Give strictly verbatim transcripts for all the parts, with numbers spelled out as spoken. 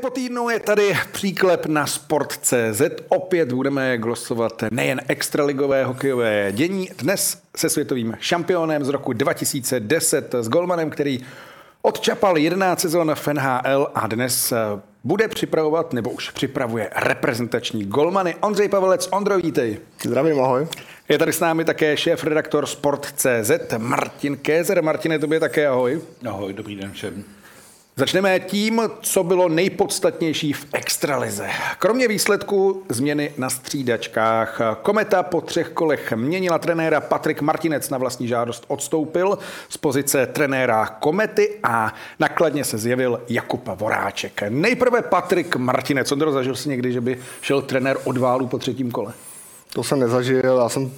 po týdnu je tady příklep na sport tečka cé zet. Opět budeme glosovat nejen extraligové hokejové dění. Dnes se světovým šampionem z roku dva tisíce deset, s golmanem, který odčapal jedenáct sezon v N H L a dnes bude připravovat, nebo už připravuje reprezentační golmany. Ondřej Pavelec. Ondro, vítej. Zdravím, ahoj. Je tady s námi také šéf-redaktor sport tečka cé zet Martin Kézer. Martine, tobě také ahoj. Ahoj, dobrý den všem. Začneme tím, co bylo nejpodstatnější v extralize. Kromě výsledku změny na střídačkách. Kometa po třech kolech měnila trenéra. Patrik Martinec na vlastní žádost odstoupil z pozice trenéra Komety a nakladně se zjevil Jakub Voráček. Nejprve Patrik Martinec. Ondro, zažil jsi někdy, že by šel trenér od válu po třetím kole? To jsem nezažil, já jsem...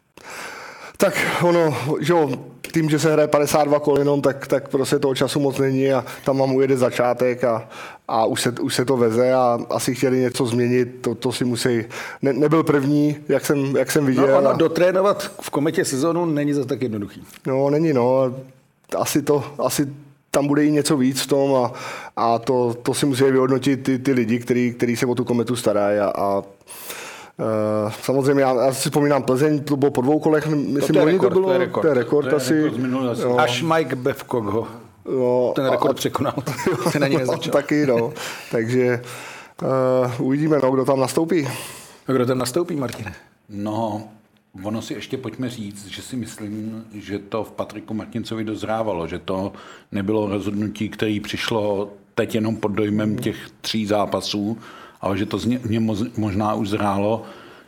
Tak ono, že jo, tím, že se hraje padesát dva kol jenom, tak, tak prostě toho času moc není a tam vám ujede začátek a, a už, se, už se to veze a asi chtěli něco změnit, to, to si musí... Ne, nebyl první, jak jsem, jak jsem viděl. No ono a... dotrénovat v Kometě sezonu není zase tak jednoduchý. No, není, no. Asi to... Asi tam bude i něco víc v tom a, a to, to si musí vyhodnotit ty, ty lidi, který, který se o tu Kometu starají a, a Uh, samozřejmě, já, já si vzpomínám Plzeň, to bylo po dvou kolech, myslím, to, to, rekord, to bylo, to je rekord, to je rekord to je asi. rekord minulý, asi. Až Mike Babcock ho no, ten rekord a, překonal, se na něj nezačal. Taky, no, takže uh, uvidíme, no, kdo tam nastoupí. A kdo tam nastoupí, Martine? No, ono si ještě pojďme říct, že si myslím, že to v Patriku Martincovi dozrávalo, že to nebylo rozhodnutí, které přišlo teď jenom pod dojmem těch tří zápasů, ale že to z mě možná už zrálo.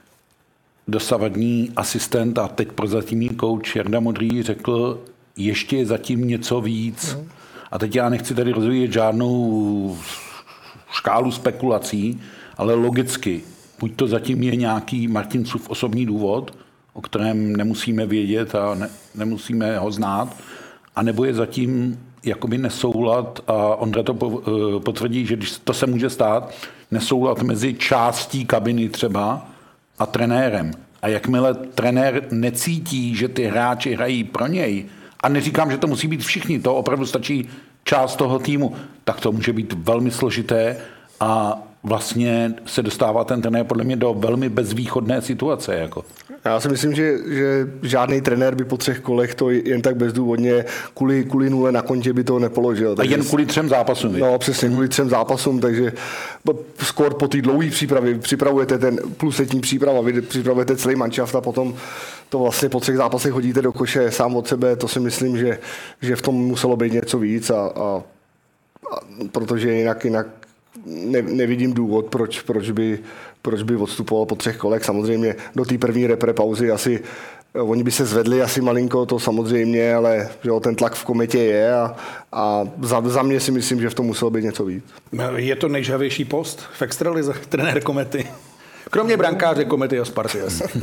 Dosavadní asistent a teď prozatímní kouč Jarda Modrý řekl, ještě je zatím něco víc. Mm. A teď já nechci tady rozvíjet žádnou škálu spekulací, ale logicky, buď to zatím je nějaký Martincův osobní důvod, o kterém nemusíme vědět a ne, nemusíme ho znát, anebo je zatím jakoby nesoulad, a Ondra to potvrdí, že když to se může stát, nesoulad mezi částí kabiny třeba a trenérem. A jakmile trenér necítí, že ty hráči hrají pro něj, a neříkám, že to musí být všichni, to opravdu stačí část toho týmu, tak to může být velmi složité a vlastně se dostává ten trenér podle mě do velmi bezvýchodné situace. Jako. Já si myslím, že, že žádný trenér by po třech kolech to jen tak bezdůvodně kvůli, kvůli nule na kontě by to nepoložil. A jen kvůli třem zápasům. No přesně, kvůli třem zápasům, takže skoro po té dlouhé přípravě připravujete ten plus letní příprava, vy připravujete celý manšaft a potom to vlastně po třech zápasech hodíte do koše sám od sebe, to si myslím, že, že v tom muselo být něco víc a, a, a protože jinak, jinak Ne, nevidím důvod, proč, proč, by, proč by odstupoval po třech kolech. Samozřejmě do té první repre pauzy asi oni by se zvedli asi malinko, to samozřejmě, ale že ten tlak v Kometě je a, a za, za mě si myslím, že v tom muselo být něco víc. Je to nejžhavější post v extralize, trenér Komety. Kromě brankáře Komety a Sparty.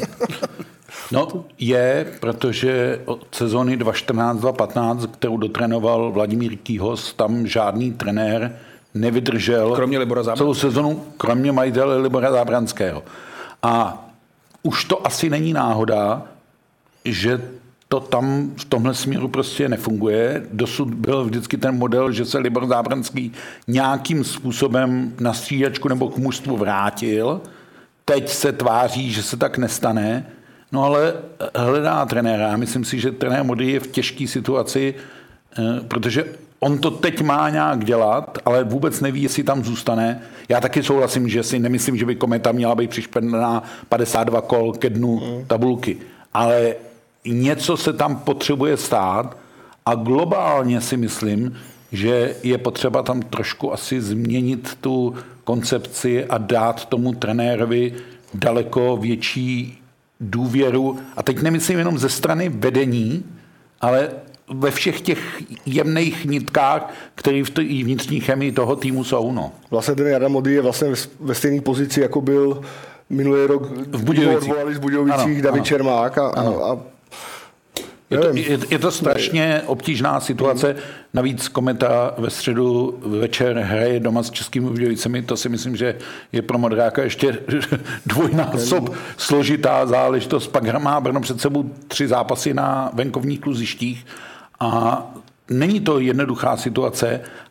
No je, protože od sezóny dva tisíce čtrnáct dva tisíce patnáct, kterou dotrénoval Vladimír Kýhos, tam žádný trenér nevydržel kromě Libora celou sezonu, kromě majitele Libora Zábranského. A už to asi není náhoda, že to tam v tomhle směru prostě nefunguje. Dosud byl vždycky ten model, že se Libor Zábranský nějakým způsobem na střídačku nebo k mužstvu vrátil. Teď se tváří, že se tak nestane. No ale hledá trenéra. Myslím si, že trenér Modrý je v těžké situaci, protože on to teď má nějak dělat, ale vůbec neví, jestli tam zůstane. Já taky souhlasím, že si nemyslím, že by Kometa měla být přišpená padesát dva kol ke dnu tabulky. Ale něco se tam potřebuje stát a globálně si myslím, že je potřeba tam trošku asi změnit tu koncepci a dát tomu trenérovi daleko větší důvěru. A teď nemyslím jenom ze strany vedení, ale ve všech těch jemných nitkách, které v té vnitřní chemii toho týmu jsou. No. Vlastně ten Jarda Modrý je vlastně ve stejné pozici, jako byl minulý rok v Budějovicích. V Budějovicích David ano. Čermák. A, a, a je, to, je, je to strašně obtížná situace. Navíc Kometa ve středu večer hraje doma s Českými Budějovicemi. To si myslím, že je pro Modráka ještě dvojnásob složitá záležitost. Pak má Brno před sebou tři zápasy na venkovních kluzištích. A není to jednoduchá situace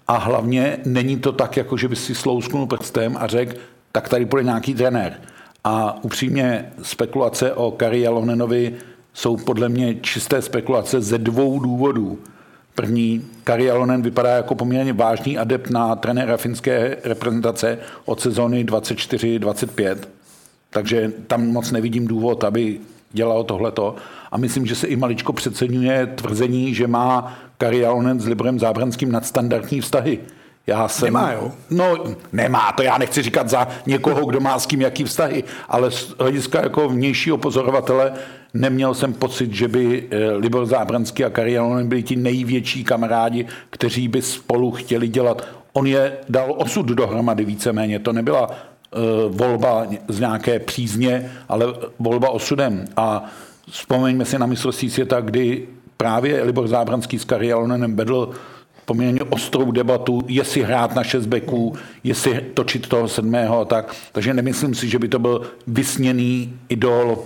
a hlavně není to tak, jako že by si slousknul prstem a řekl, tak tady půjde nějaký trenér. A upřímně spekulace o Kari Jalonenovi jsou podle mě čisté spekulace ze dvou důvodů. První, Kari Jalonen vypadá jako poměrně vážný adept na trenéra finské reprezentace od sezóny dvacet čtyři dvacet pět, takže tam moc nevidím důvod, aby dělal tohleto. A myslím, že se i maličko přeceňuje tvrzení, že má Kari Jalonen s Liborem Zábranským nadstandardní vztahy. Já jsem, nemá, jo? No, nemá, to já nechci říkat za někoho, kdo má s kým jaký vztahy, ale z hlediska jako vnějšího pozorovatele neměl jsem pocit, že by Libor Zábranský a Kari Jalonen byli ti největší kamarádi, kteří by spolu chtěli dělat. On je dal osud dohromady víceméně, to nebyla uh, volba z nějaké přízně, ale volba osudem. A vzpomeňme si na mistrovství světa, kdy právě Libor Zábranský s Kari Jalonenem vedl poměrně ostrou debatu, jestli hrát na šest beků, jestli točit toho sedmého a tak. Takže nemyslím si, že by to byl vysněný idol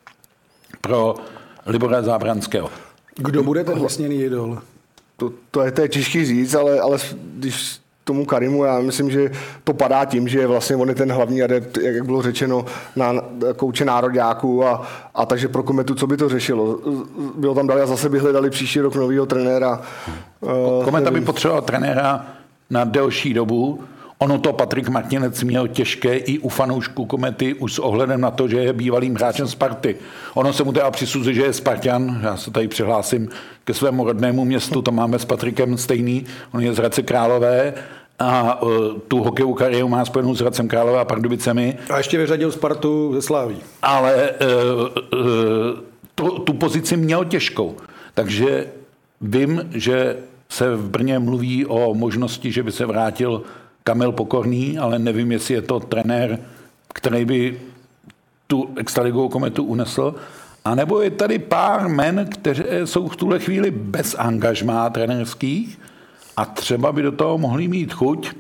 pro Libora Zábranského. Kdo bude ten vysněný idol? To, to, je, to je těžký říct, ale, ale když tomu Karimu, já myslím, že to padá tím, že vlastně on je ten hlavní adept, jak bylo řečeno, na kouče nároďáků a, a takže pro Kometu, co by to řešilo? Bylo tam dali a zase by hledali příští rok novýho trenéra. Kometa by potřeboval trenéra na delší dobu. Ono to Patrik Martinec měl těžké i u fanoušků Komety už s ohledem na to, že je bývalým hráčem Sparty. Ono se mu teda přisuzuje, že je Spartan. Já se tady přihlásím ke svému rodnému městu, to máme s Patrikem stejný. On je z Hradce Králové a uh, tu hokejovou kariéru má spojenou s Hradcem Králové a Pardubicemi. A ještě vyřadil Spartu ze Sláví. Ale uh, uh, tu, tu pozici měl těžkou. Takže vím, že se v Brně mluví o možnosti, že by se vrátil Kamil Pokorný, ale nevím, jestli je to trenér, který by tu extraligovou Kometu unesl. A nebo je tady pár men, kteří jsou v tuhle chvíli bez angažmá trenérských a třeba by do toho mohli mít chuť.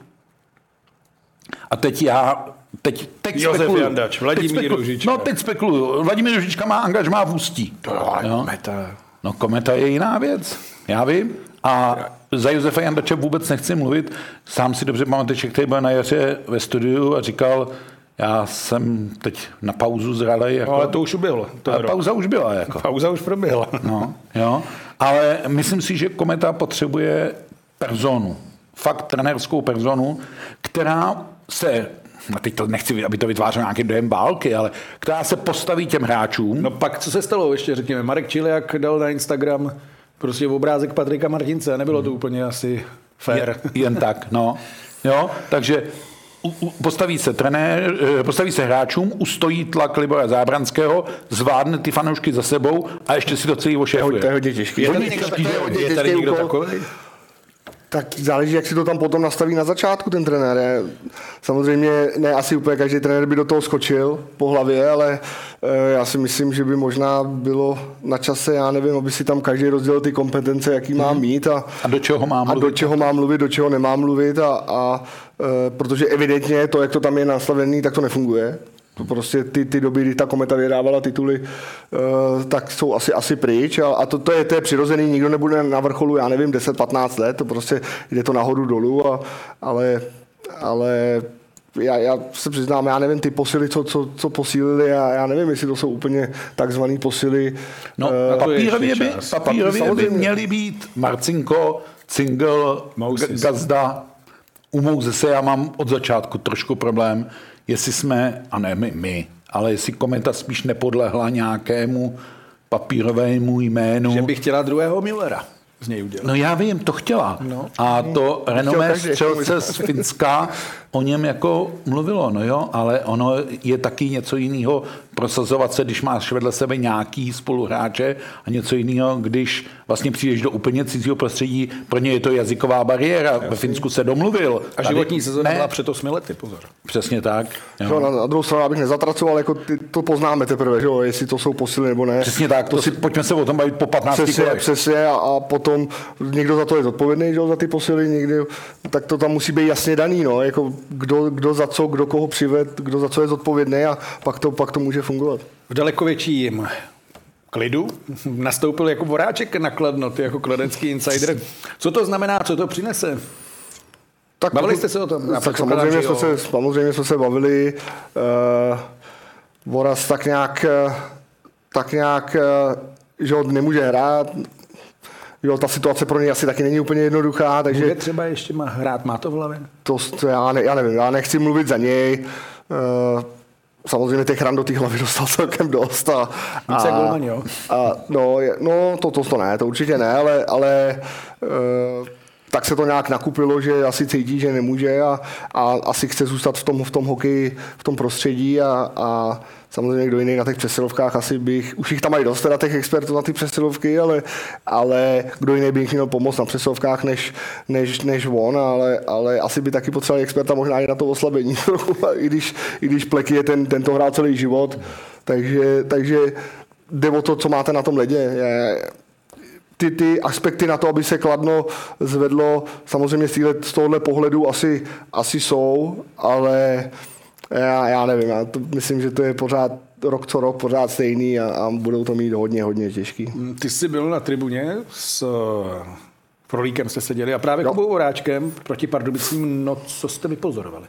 A teď já teď, teď Josef spekuluju. Jandač, Vladimír Ružička. No teď spekuluju. Vladimír Ružička má angažmá v Ústí. To je Kometa. No Kometa je jiná věc. Já vím. A za Josefa Jandače vůbec nechci mluvit. Sám si dobře pamatuješ, který byl na jaře ve studiu a říkal, já jsem teď na pauzu zralej. Jako, no, ale to už bylo. To pauza už byla. Jako. Pauza už proběhla. No, jo. Ale myslím si, že Kometa potřebuje personu. Fakt trenérskou personu, která se, a teď to nechci, aby to vytvářelo nějaký dojem války, ale která se postaví těm hráčům. No pak, co se stalo ještě, řekněme, Marek Čiliak dal na Instagram prostě obrázek Patrika Martince a nebylo to úplně asi fair. Jen, jen tak, no. Jo, takže u, u, postaví se trenér, postaví se hráčům, ustojí tlak Libora Zábranského, zvládne ty fanoušky za sebou a ještě si to celý ošéfuje. To je hodně těžký. Je tady někdo takový? Je tady někdo takový? Tak záleží, jak si to tam potom nastaví na začátku ten trenér. Je. Samozřejmě ne asi úplně každý trenér by do toho skočil po hlavě, ale e, já si myslím, že by možná bylo na čase, já nevím, aby si tam každý rozdělil ty kompetence, jaký má mít a, a do čeho má mluvit. A do čeho má mluvit, do čeho nemá mluvit a, a e, protože evidentně to, jak to tam je nastavený, tak to nefunguje. To prostě ty, ty doby, kdy ta Kometa vyhrávala tituly, uh, tak jsou asi, asi pryč a, a to, to, je, to je přirozený, nikdo nebude na vrcholu, já nevím, deset patnáct let, to prostě jde to nahoru dolů, a, ale, ale já, já se přiznám, já nevím, ty posily, co, co, co posílili, já, já nevím, jestli to jsou úplně takzvaný posily. No, uh, papírově, by, papírově by měli být Marcinko, Cingl, Gazda, u Mousese já mám od začátku trošku problém, jestli jsme, a ne my, my, ale jestli Kometa spíš nepodlehla nějakému papírovému jménu. Že by chtěla druhého Müllera z něj udělat. No já vím, to chtěla. No. A to renomé střelce z Finska o něm jako mluvilo, no jo, ale ono je taky něco jiného prosazovat se, když máš vedle sebe nějaký spoluhráče a něco jiného, když vlastně přijdeš do úplně cizího prostředí, pro ně je to jazyková bariéra. Jasně. Ve Finsku se domluvil. A životní sezóna byla před osmi lety, pozor. Přesně tak. Jo. Na, na druhou stranu, abych nezatracoval, jako ty, to poznáme teprve, že jo, jestli to jsou posily nebo ne. Přesně tak, to, to si, pojďme se o tom bavit po patnácti přesně, kolech. Přesně a, a potom někdo za to je zodpovědný, že jo, za ty posily, někdy, tak to tam musí být jasně daný, no, jako kdo, kdo za co, kdo koho přived, kdo za co je zodpovědný a pak to, pak to může fungovat. V daleko větším klidu nastoupil jako Voráček na Kladno, ty jako kladenský insider. Co to znamená, co to přinese? Tak bavili jste se o tom? Tak samozřejmě jsme, se, samozřejmě jsme se bavili. Uh, Voraz tak nějak, tak nějak, že on nemůže hrát. Jo, ta situace pro něj asi taky není úplně jednoduchá, takže... Bude třeba ještě má hrát, má to v hlavě? To, to já, ne, já nevím, já nechci mluvit za něj. Uh, samozřejmě těch ran do té hlavy dostal celkem dost. A, Více a, golman, jo? A, no, no to, to, to ne, to určitě ne, ale, ale uh, tak se to nějak nakupilo, že asi cítí, že nemůže a, a asi chce zůstat v tom, v tom hokeji, v tom prostředí a, a samozřejmě kdo jiný na těch přesilovkách, asi bych, už jich tam mají dost teda těch expertů na ty přesilovky, ale, ale kdo jiný by jich měl pomoct na přesilovkách než, než, než on, ale, ale asi by taky potřebovali experta možná i na to oslabení, i když, i když Pleky je ten, ten to hrál celý život, takže, takže jde o to, co máte na tom ledě. Je, Ty, ty aspekty na to, aby se Kladno zvedlo, samozřejmě z, týhle, z tohohle pohledu asi, asi jsou, ale já, já nevím, já to, myslím, že to je pořád rok co rok pořád stejný a, a budou to mít hodně, hodně těžký. Ty jsi byl na tribuně s Frolíkem, jste seděli a právě no. Kubou Voráčkem proti Pardubicím, no co jste vypozorovali?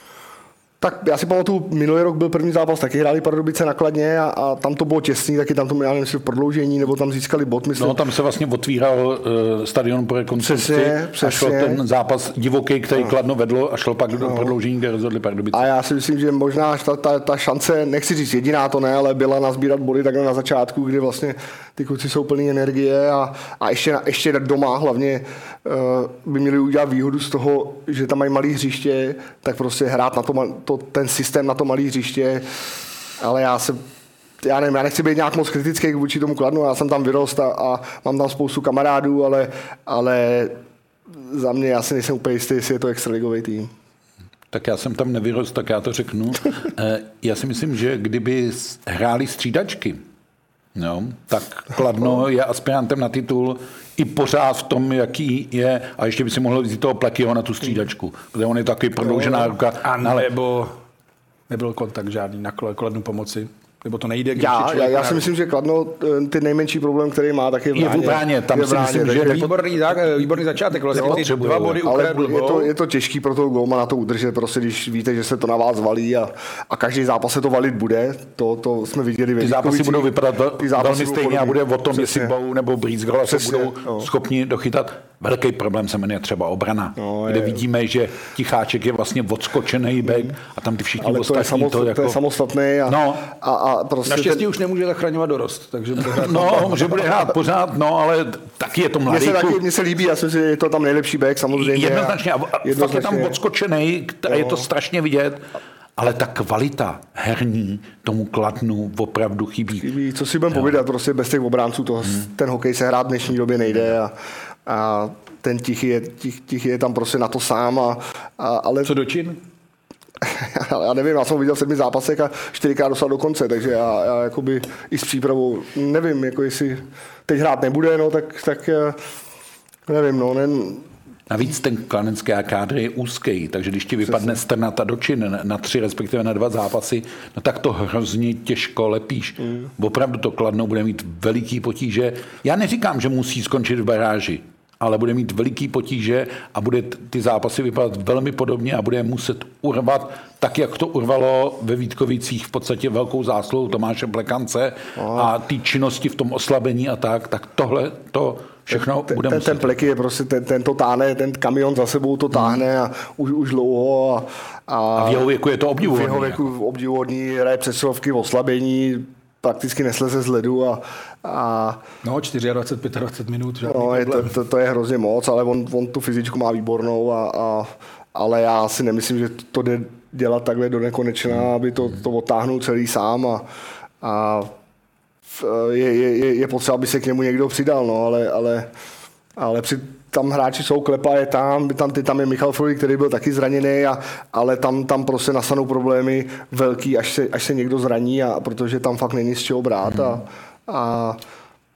Tak já si pamatuju, minulý rok byl první zápas, taky hráli Pardubice na Kladně a, a tam to bylo těsný, taky tam to měli v prodloužení, nebo tam získali bod, myslím. No, tam se vlastně otvíral uh, stadion po rekonstrukci přesně, přesně. A šlo ten zápas divoký, který no. Kladno vedlo a šlo pak do no. prodloužení, kde rozhodli Pardubice. A já si myslím, že možná ta, ta, ta šance, nechci říct jediná to ne, ale byla nazbírat body takhle na začátku, kdy vlastně ty kluci jsou plný energie a, a ještě, na, ještě doma hlavně uh, by měli udělat výhodu z toho, že tam mají malý hřiště, tak prostě hrát na to, to ten systém na to malé hřiště, ale já se, já nevím, já nechci být nějak moc kritický vůči tomu Kladnu, já jsem tam vyrost a, a mám tam spoustu kamarádů, ale, ale za mě já si nejsem úplně jistý, jestli je to extraligový tým. Tak já jsem tam nevyrost, tak já to řeknu. Já si myslím, že kdyby hráli střídačky, no, tak Kladno je aspirantem na titul i pořád v tom, jaký je, a ještě by si mohl vzít toho Plekyho na tu střídačku, protože on je taky prodloužená no, ruka. A nebo nebyl kontakt žádný na Kladnu pomoci? Nebo to nejde? Já, já, já si myslím, že Kladno ty nejmenší problém, který má, tak je v bráně. Je v bráně, tam si bráně, myslím, že je výborný, výborný začátek, vlastně ty dva body ukradl. Je to, je to těžký pro toho golmana to udržet, prostě když víte, že se to na vás valí a, a každý zápas se to valit bude, to, to jsme viděli ve Ty zápasy budou vypadat velmi stejně a bude o tom, přesně. jestli Bou nebo Brýsgala se budou no. schopni dochytat. Velký problém se jmenuje třeba obrana, no, kde je, vidíme, že Ticháček je vlastně odskočený back a tam ty všichni ale ostatní. To je, samotný, to, jako... to je samostatný a, no. a, a prostě naštěstí ten... už nemůže zachraňovat dorost, takže bude hrát no, že bude hrát pořád, no, ale taky je to mladý. Mně se, taky, mně se líbí, já si myslím, že je to tam nejlepší back, samozřejmě. Jednoznačně, a, a jednoznačně. Fakt je tam odskočený a je to strašně vidět. Ale ta kvalita herní tomu Kladnu opravdu chybí. chybí. Co si budeme povídat, prostě bez těch obránců toho, hmm. ten hokej se hrát v dnešní době nejde a, a ten Tichý je, tich, tichý je tam prostě na to sám. A, a, ale... Co dočin? Já nevím, já jsem viděl v sedmi zápasech a čtyřikrát dostal do konce, takže já, já jakoby i s přípravou nevím, jako jestli teď hrát nebude, no tak, tak nevím, no, ne, navíc ten kladenský kádr je úzký, takže když ti vypadne Strnata Dočin na tři, respektive na dva zápasy, no tak to hrozně těžko lepíš. Mm. Opravdu to Kladno bude mít veliký potíže. Já neříkám, že musí skončit v baráži, ale bude mít veliký potíže a bude ty zápasy vypadat velmi podobně a bude muset urvat tak, jak to urvalo ve Vítkovicích v podstatě velkou zásluhou Tomáše Plekance oh. a ty činnosti v tom oslabení a tak, tak tohle to všechno ten, bude ten, muset. ten Pleky je prostě, ten, ten to táhne, ten kamion za sebou to táhne a už, už dlouho. A, a, a v jeho věku je to obdivuhodný. V jeho věku jako. obdivuhodný, hraje přesilovky v oslabení, prakticky nesleze z ledu a, a no, dvacet čtyři, dvacet pět, dvacet minut, no, je to, to, to, je hrozně moc, ale on, on tu fyzičku má výbornou, a, a, ale já si nemyslím, že to jde dělat takhle do nekonečna, aby to, to odtáhnul celý sám a, a je, je, je potřeba, aby se k němu někdo přidal, no, ale, ale, ale při, tam hráči jsou, Klepa je tam, tam, tam je Michal Frolík, který byl taky zraněný, a, ale tam, tam prostě nastanou problémy velký, až se, až se někdo zraní, a protože tam fakt není z čeho brát. A, a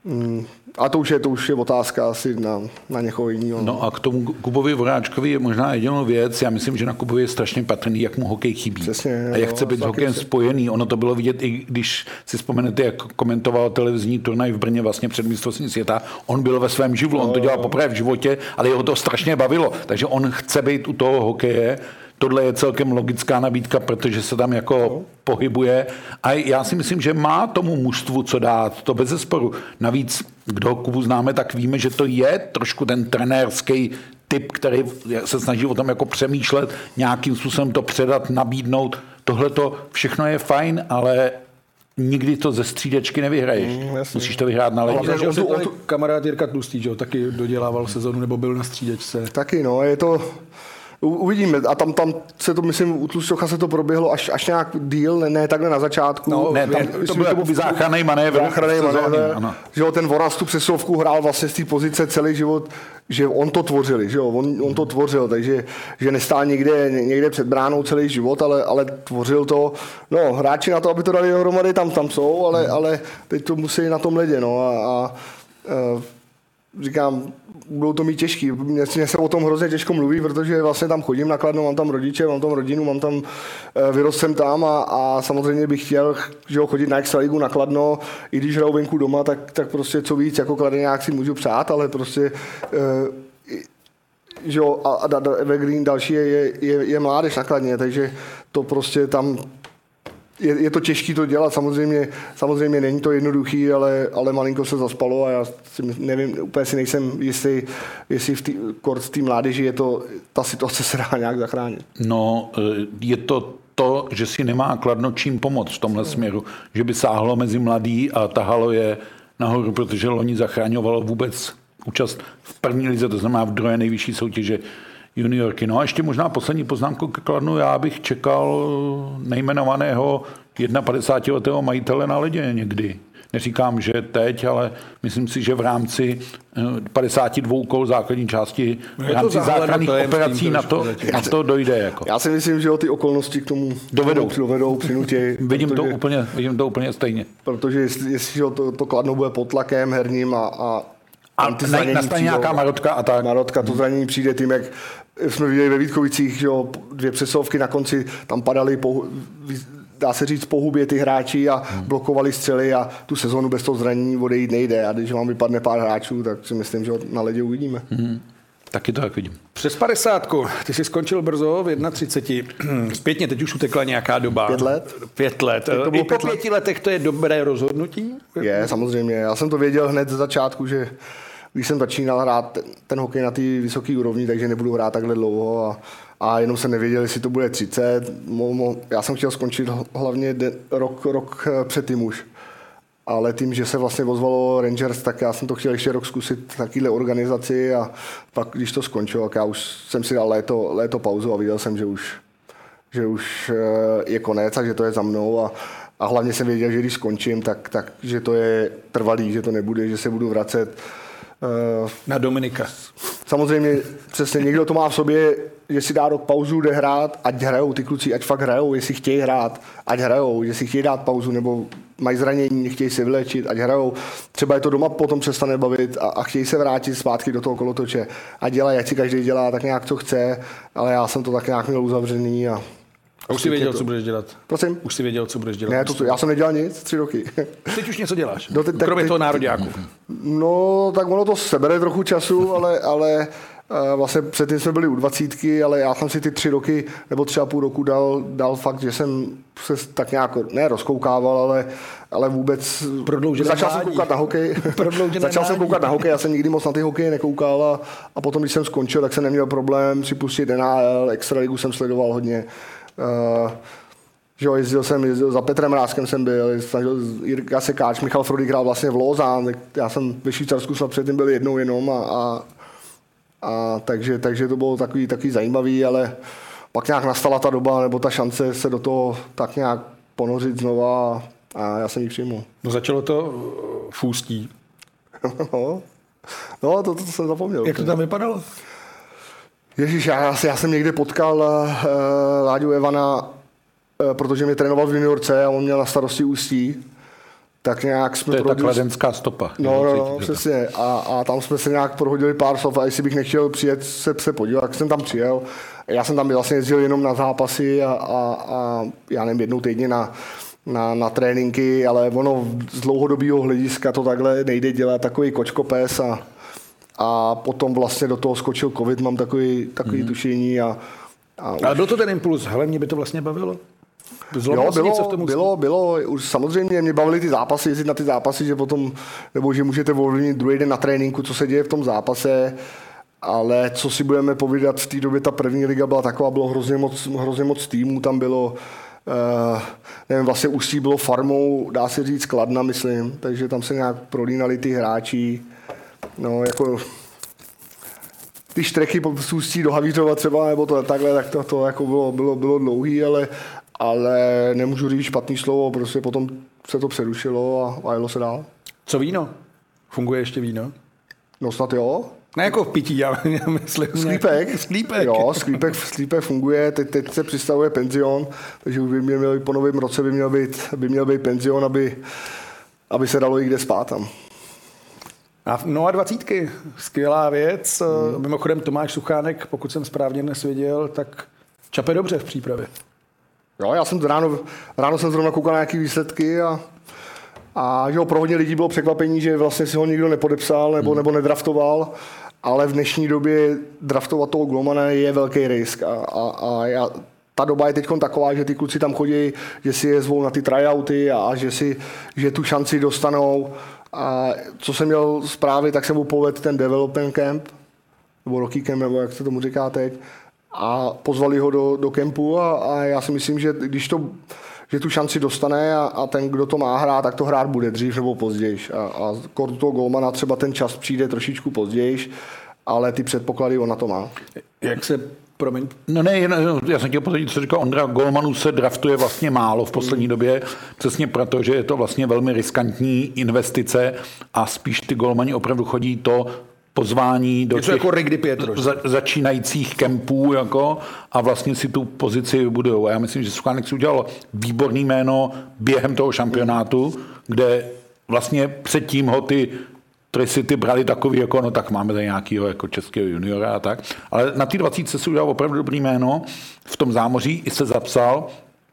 Mm, a to už je, to už je otázka asi na, na někoho jiného. No a k tomu Kubovi Voráčkovi je možná jedinou věc. Já myslím, že na Kubovi je strašně patrný, jak mu hokej chybí. Přesně, a jak jo, chce být s hokejem spojený. Ono to bylo vidět, i když si vzpomenete, jak komentoval televizní turnaj v Brně vlastně před mistrovstvím světa. On byl ve svém živlu, on to dělal poprvé v životě, ale jeho to strašně bavilo. Takže on chce být u toho hokeje. Tohle je celkem logická nabídka, protože se tam jako no. pohybuje. A já si myslím, že má tomu mužstvu co dát, to bezesporu. Navíc, kdo Kubu známe, tak víme, že to je trošku ten trenérský typ, který se snaží o tom jako přemýšlet, nějakým způsobem to předat, nabídnout. Tohle to všechno je fajn, ale nikdy to ze střídačky nevyhraješ. Mm, Musíš to vyhrát na ledě. Ale on, on, kamarád Jirka Tlustý, že taky dodělával sezonu, nebo byl na střídačce. Taky, no, je to... Uvidíme. A tam, tam se to, myslím, u Tlusťocha se to proběhlo až, až nějak díl, ne, ne takhle na začátku. No, ne, tam, to byl jako záchranný manévr. Záchranný manévr, že jo, ten Voraz tu přesovku hrál vlastně z té pozice celý život, že on to tvořil, že jo, on, on to tvořil, takže že nestál někde, někde před bránou celý život, ale, ale tvořil to. No, hráči na to, aby to dali dohromady, tam, tam jsou, ale, hmm. ale teď to musí na tom ledě, no, a, a, a říkám, budou to mít těžký. Mně se o tom hrozně těžko mluví, protože vlastně tam chodím na Kladno, mám tam rodiče, mám tam rodinu, mám tam, vyrost jsem tam a, a samozřejmě bych chtěl, že ho chodit na Extraligu na Kladno, i když hraju venku doma, tak, tak prostě co víc, jako Kladeňák si můžu přát, ale prostě že jo, a, a Evergreen další je, je, je mládež na Kladně, takže to prostě tam Je, je to těžké to dělat, samozřejmě, samozřejmě není to jednoduchý, ale, ale malinko se zaspalo a já si nevím, úplně si nejsem jistý, jestli v tý, kort v té mládeži je to, ta situace se dá nějak zachránit. No, je to to, že si nemá Kladno čím pomoct v tomhle směru, že by sáhlo mezi mladý a tahalo je nahoru, protože loni zachráňovalo vůbec účast v první lize, to znamená v druhé nejvyšší soutěže juniorky. No a ještě možná poslední poznámku k Kladnu. Já bych čekal nejmenovaného padesátidvouletého majitele na ledě někdy. Neříkám, že teď, ale myslím si, že v rámci padesáti dvou kol základní části, v rámci záchranných operací na to, na to dojde. Jako. Já si myslím, že ty okolnosti k tomu dovedou, dovedou přinutěj. vidím, protože, to úplně, vidím to úplně stejně. Protože jestli, jestli to, to Kladno bude pod tlakem herním a, a A nastane nějaká marotka a tak. Marotka, to zranění přijde tím, jak jsme viděli ve Vítkovicích, že jo, dvě přesovky na konci, tam padaly, po, dá se říct, po hubě ty hráči a hmm. blokovali střely a tu sezonu bez toho zranění odejít nejde. A když vám vypadne pár hráčů, tak si myslím, že ho na ledě uvidíme. Hmm. Taky to tak vidím. Přes padesátku. Ty jsi skončil brzo v třiceti jedna. Zpětně teď už utekla nějaká doba. Pět let. Pět let. To I po pět pěti let. letech to je dobré rozhodnutí? Je, samozřejmě. Já jsem to věděl hned z začátku, že když jsem začínal hrát ten, ten hokej na té vysoké úrovni, takže nebudu hrát takhle dlouho a, a jenom jsem nevěděl, jestli to bude třicet. Mo, mo, já jsem chtěl skončit hlavně de, rok, rok předtím už. Ale tím, že se vlastně ozvalo Rangers, tak já jsem to chtěl ještě rok zkusit v takovéhle organizaci a pak, když to skončilo, tak já už jsem si dal léto, léto pauzu a viděl jsem, že už, že už je konec a že to je za mnou a, a hlavně jsem věděl, že když skončím, tak, tak že to je trvalý, že to nebude, že se budu vracet na Dominika. Samozřejmě přesně někdo to má v sobě, že si dá rok pauzu, jde hrát, ať hrajou ty kluci, ať fakt hrajou, jestli chtějí hrát, ať hrajou, jestli chtějí dát pauzu, nebo mají zranění, chtějí se vylečit, ať hrajou. Třeba je to doma potom přestane bavit a, a chtějí se vrátit zpátky do toho kolotoče. A dělají, ať si každý dělá tak nějak, co chce, ale já jsem to tak nějak měl uzavřený a A už jsi věděl, to... co budeš dělat? Prosím? Už jsi věděl, co budeš dělat? Ne, to, to, já jsem nedělal nic, tři roky. Teď už něco děláš? No, teď, kromě teď, toho nároďáku. No, tak ono to sebere trochu času, ale, ale vlastně předtím jsme byli u dvacítky, ale já jsem si ty tři roky nebo tři a půl roku dal, dal fakt, že jsem se tak nějak, ne rozkoukával, ale, ale vůbec začal jsem koukat na hokej. začal jsem koukat na hokej, já jsem nikdy moc na ty hokeje nekoukal a, a potom, když jsem skončil, tak jsem neměl problém si pustit N H L, Extraligu jsem sledoval hodně. Uh, že jo, jezdil jsem, jezdil, za Petrem Mrázkem jsem byl, snažil Jirka Sekáč, Michal Frody hrál vlastně v Lausanne, já jsem ve Švýcarsku snad předtím byl jednou jenom a, a, a takže, takže to bylo takový, takový zajímavý, ale pak nějak nastala ta doba, nebo ta šance se do toho tak nějak ponořit znova a já jsem ji přijmul. No začalo to v Ústí. no, no to, to, to jsem zapomněl. Jak to tam vypadalo? Ježíš, já, já jsem někde potkal uh, Láďu Evana, uh, protože mě trénoval v juniorce a on měl na starosti Ústí. tak nějak jsme... To je prohodili... ta kladenská stopa. No, no, no přesně. A, a tam jsme se nějak prohodili pár slov a jestli bych nechtěl přijet se, se podívat, tak jsem tam přijel. Já jsem tam vlastně jezdil jenom na zápasy a, a, a já nevím, jednou týdně na, na, na tréninky, ale ono z dlouhodobého hlediska to takhle nejde dělat, takový kočkopes a, a potom vlastně do toho skočil covid, mám takový, takový mm. tušení. A, a ale byl to ten impuls, hele, mě by to vlastně bavilo. Jo, bylo, bylo, bylo, už samozřejmě mě bavily ty zápasy, jezdit na ty zápasy, že potom, nebo že můžete ovlivnit druhý den na tréninku, co se děje v tom zápase, ale co si budeme povídat, v té době ta první liga byla taková, bylo hrozně moc, hrozně moc týmů, tam bylo, uh, nevím, vlastně Ústí bylo farmou, dá se říct Kladna, myslím, takže tam se nějak prolínali ty hráči, no jako... ty štrechy z Ústí do Havířova třeba, nebo to takhle, tak to, to jako bylo, bylo, bylo dlouhý, ale ale nemůžu říct špatný slovo, prostě potom se to přerušilo a, a jelo se dál. Co víno? Funguje ještě víno? No snad jo. Ne jako v pití, já myslím. Sklípek. Sklípek. Jo, sklípek, sklípek funguje, teď, teď se přistavuje penzion, takže by měl po novém roce by měl být, by měl být penzion, aby, aby se dalo i kde spát tam. A no a dvacítky, skvělá věc. Hmm. Mimochodem Tomáš Suchánek, pokud jsem správně dnes věděl, tak čape dobře v přípravě. Jo, já jsem ráno, ráno jsem zrovna koukal na nějaké výsledky a, a že ho pro hodně lidí bylo překvapení, že vlastně si ho nikdo nepodepsal nebo, hmm. nebo nedraftoval, ale v dnešní době draftovat toho golmana je velký risk a, a, a já, ta doba je teď taková, že ty kluci tam chodí, že si je zvou na ty tryouty a, a že, si, že tu šanci dostanou. A co jsem měl zprávy, tak jsem mu povedl ten development camp, nebo Rocky camp, nebo jak se tomu říká teď, a pozvali ho do, do kempu a, a já si myslím, že když to, že tu šanci dostane a, a ten, kdo to má hrát, tak to hrát bude dřív nebo později. A, a kor toho golmana třeba ten čas přijde trošičku později, ale ty předpoklady on na to má. Jak se, promiň? No ne, já jsem chtěl potvrdit, co říkal Ondra, golmanů se draftuje vlastně málo v poslední době, přesně proto, že je to vlastně velmi riskantní investice a spíš ty golmani opravdu chodí to pozvání do těch jako za, začínajících kempů jako, a vlastně si tu pozici budujou. A já myslím, že Suchánek si udělal výborný jméno během toho šampionátu, kde vlastně předtím ho ty Tri-City brali takový, jako no tak máme tady nějakýho jako českého juniora a tak. Ale na té dvacítce si udělal opravdu dobrý jméno, v tom zámoří i se zapsal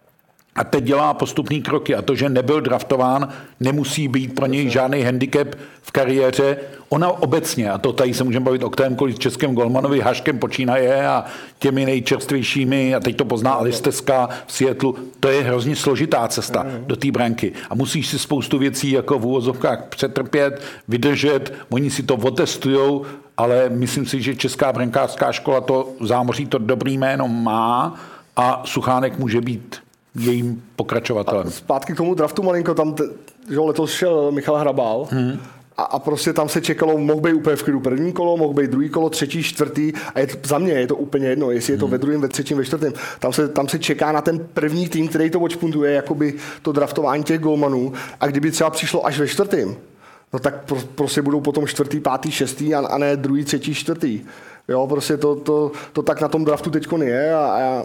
a teď dělá postupný kroky. A to, že nebyl draftován, nemusí být pro něj žádný handicap v kariéře. Ona obecně, a to tady se můžeme bavit o kterémkoliv českém golmanovi, Haškem počínaje a těmi nejčerstvějšími, a teď to pozná Alisteska v Seattlu, to je hrozně složitá cesta do té branky. A musíš si spoustu věcí jako v úvozovkách přetrpět, vydržet, oni si to otestujou, ale myslím si, že česká brankářská škola to v zámoří to dobrý jméno má a Suchánek může být jejím pokračovatelem. A zpátky k tomu draftu malinko, tam te, že letos šel Michal Hrabal hmm. a, a prostě tam se čekalo, mohl být úplně v klidu první kolo, mohl být druhý kolo, třetí, čtvrtý a je to, za mě je to úplně jedno, jestli je to hmm. ve druhém, ve třetím, ve čtvrtém. Tam se, tam se čeká na ten první tým, který to odšpuntuje, jakoby to draftování těch golmanů a kdyby třeba přišlo až ve čtvrtém, no tak pro, prostě budou potom čtvrtý, pátý, šestý a, a ne druhý, třetí, čtvrtý. Jo, prostě to, to, to tak na tom draftu teďkon je a, a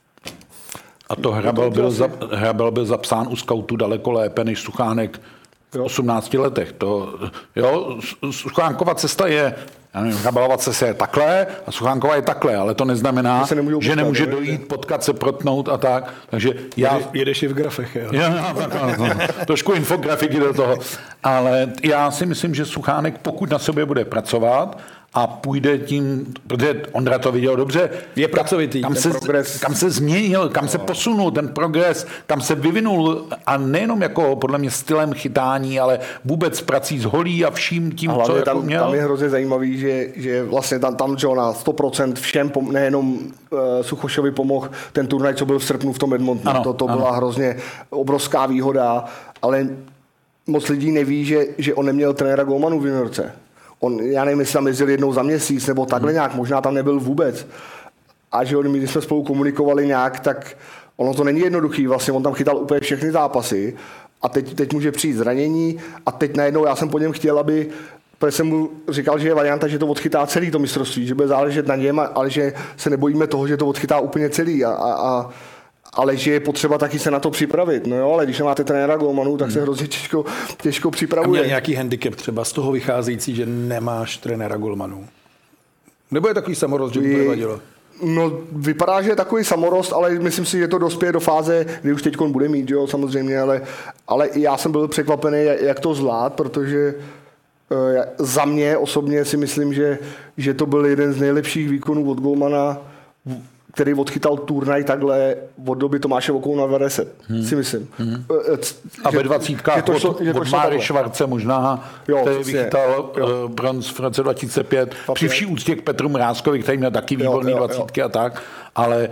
A to Hrabal byl, za, Hrabal byl zapsán u skautu daleko lépe než Suchánek v osmnácti letech. To, jo, Suchánkova cesta je, já nevím, Hrabalova cesta je takhle a Suchánkova je takhle, ale to neznamená, že potkat, nemůže dojít, potkat se, protnout a tak. Takže já... Jedeš i v grafech, jo. Já, tak, no, trošku infografiky do toho. Ale já si myslím, že Suchánek, pokud na sobě bude pracovat, a půjde tím, protože Ondra to viděl dobře, je pracovitý, kam, se, kam se změnil, kam no. se posunul ten progres, kam se vyvinul a nejenom jako podle mě stylem chytání, ale vůbec prací s holí a vším tím, a co tam, jako měl. Tam je hrozně zajímavý, že, že vlastně tam, tam že na sto procent všem, nejenom uh, Suchošovi pomohl ten turnaj, co byl v srpnu v tom Edmontonu. Ano, to, to byla hrozně obrovská výhoda, ale moc lidí neví, že, že on neměl trenéra golmanů v juniorce. On, já nevím, jestli tam jezdil jednou za měsíc, nebo takhle hmm. nějak, možná tam nebyl vůbec. A že my, když jsme spolu komunikovali nějak, tak ono to není jednoduchý, vlastně on tam chytal úplně všechny zápasy a teď, teď může přijít zranění a teď najednou já jsem po něm chtěl, aby, protože jsem mu říkal, že je varianta, že to odchytá celý to mistrovství, že bude záležet na něm, ale že se nebojíme toho, že to odchytá úplně celý a, a, a ale že je potřeba taky se na to připravit. No jo, ale když nemáte trenéra golmanů, tak se hrozně těžko, těžko připravuje. A měl nějaký handicap třeba z toho vycházející, že nemáš trenéra golmanů? Nebo je takový samorost, že by to nevadilo? No, vypadá, že je takový samorost, ale myslím si, že to dospěje do fáze, kdy už teď bude mít, jo, samozřejmě, ale, ale i já jsem byl překvapený, jak to zvlád, protože uh, za mě osobně si myslím, že, že to byl jeden z nejlepších výkonů od golmana, který odchytal turnaj takhle od doby Tomáše Vokouna na deset, hmm. si myslím. Hmm. A ve dvacítkách od, od Máry Švarce možná, jo, který přesně, vychytal jo. bronz v roce dva tisíce pět. Papě. Při vší úctě k Petru Mrázkovi, který měl taky výborný jo, jo, dvacítky jo. a tak, ale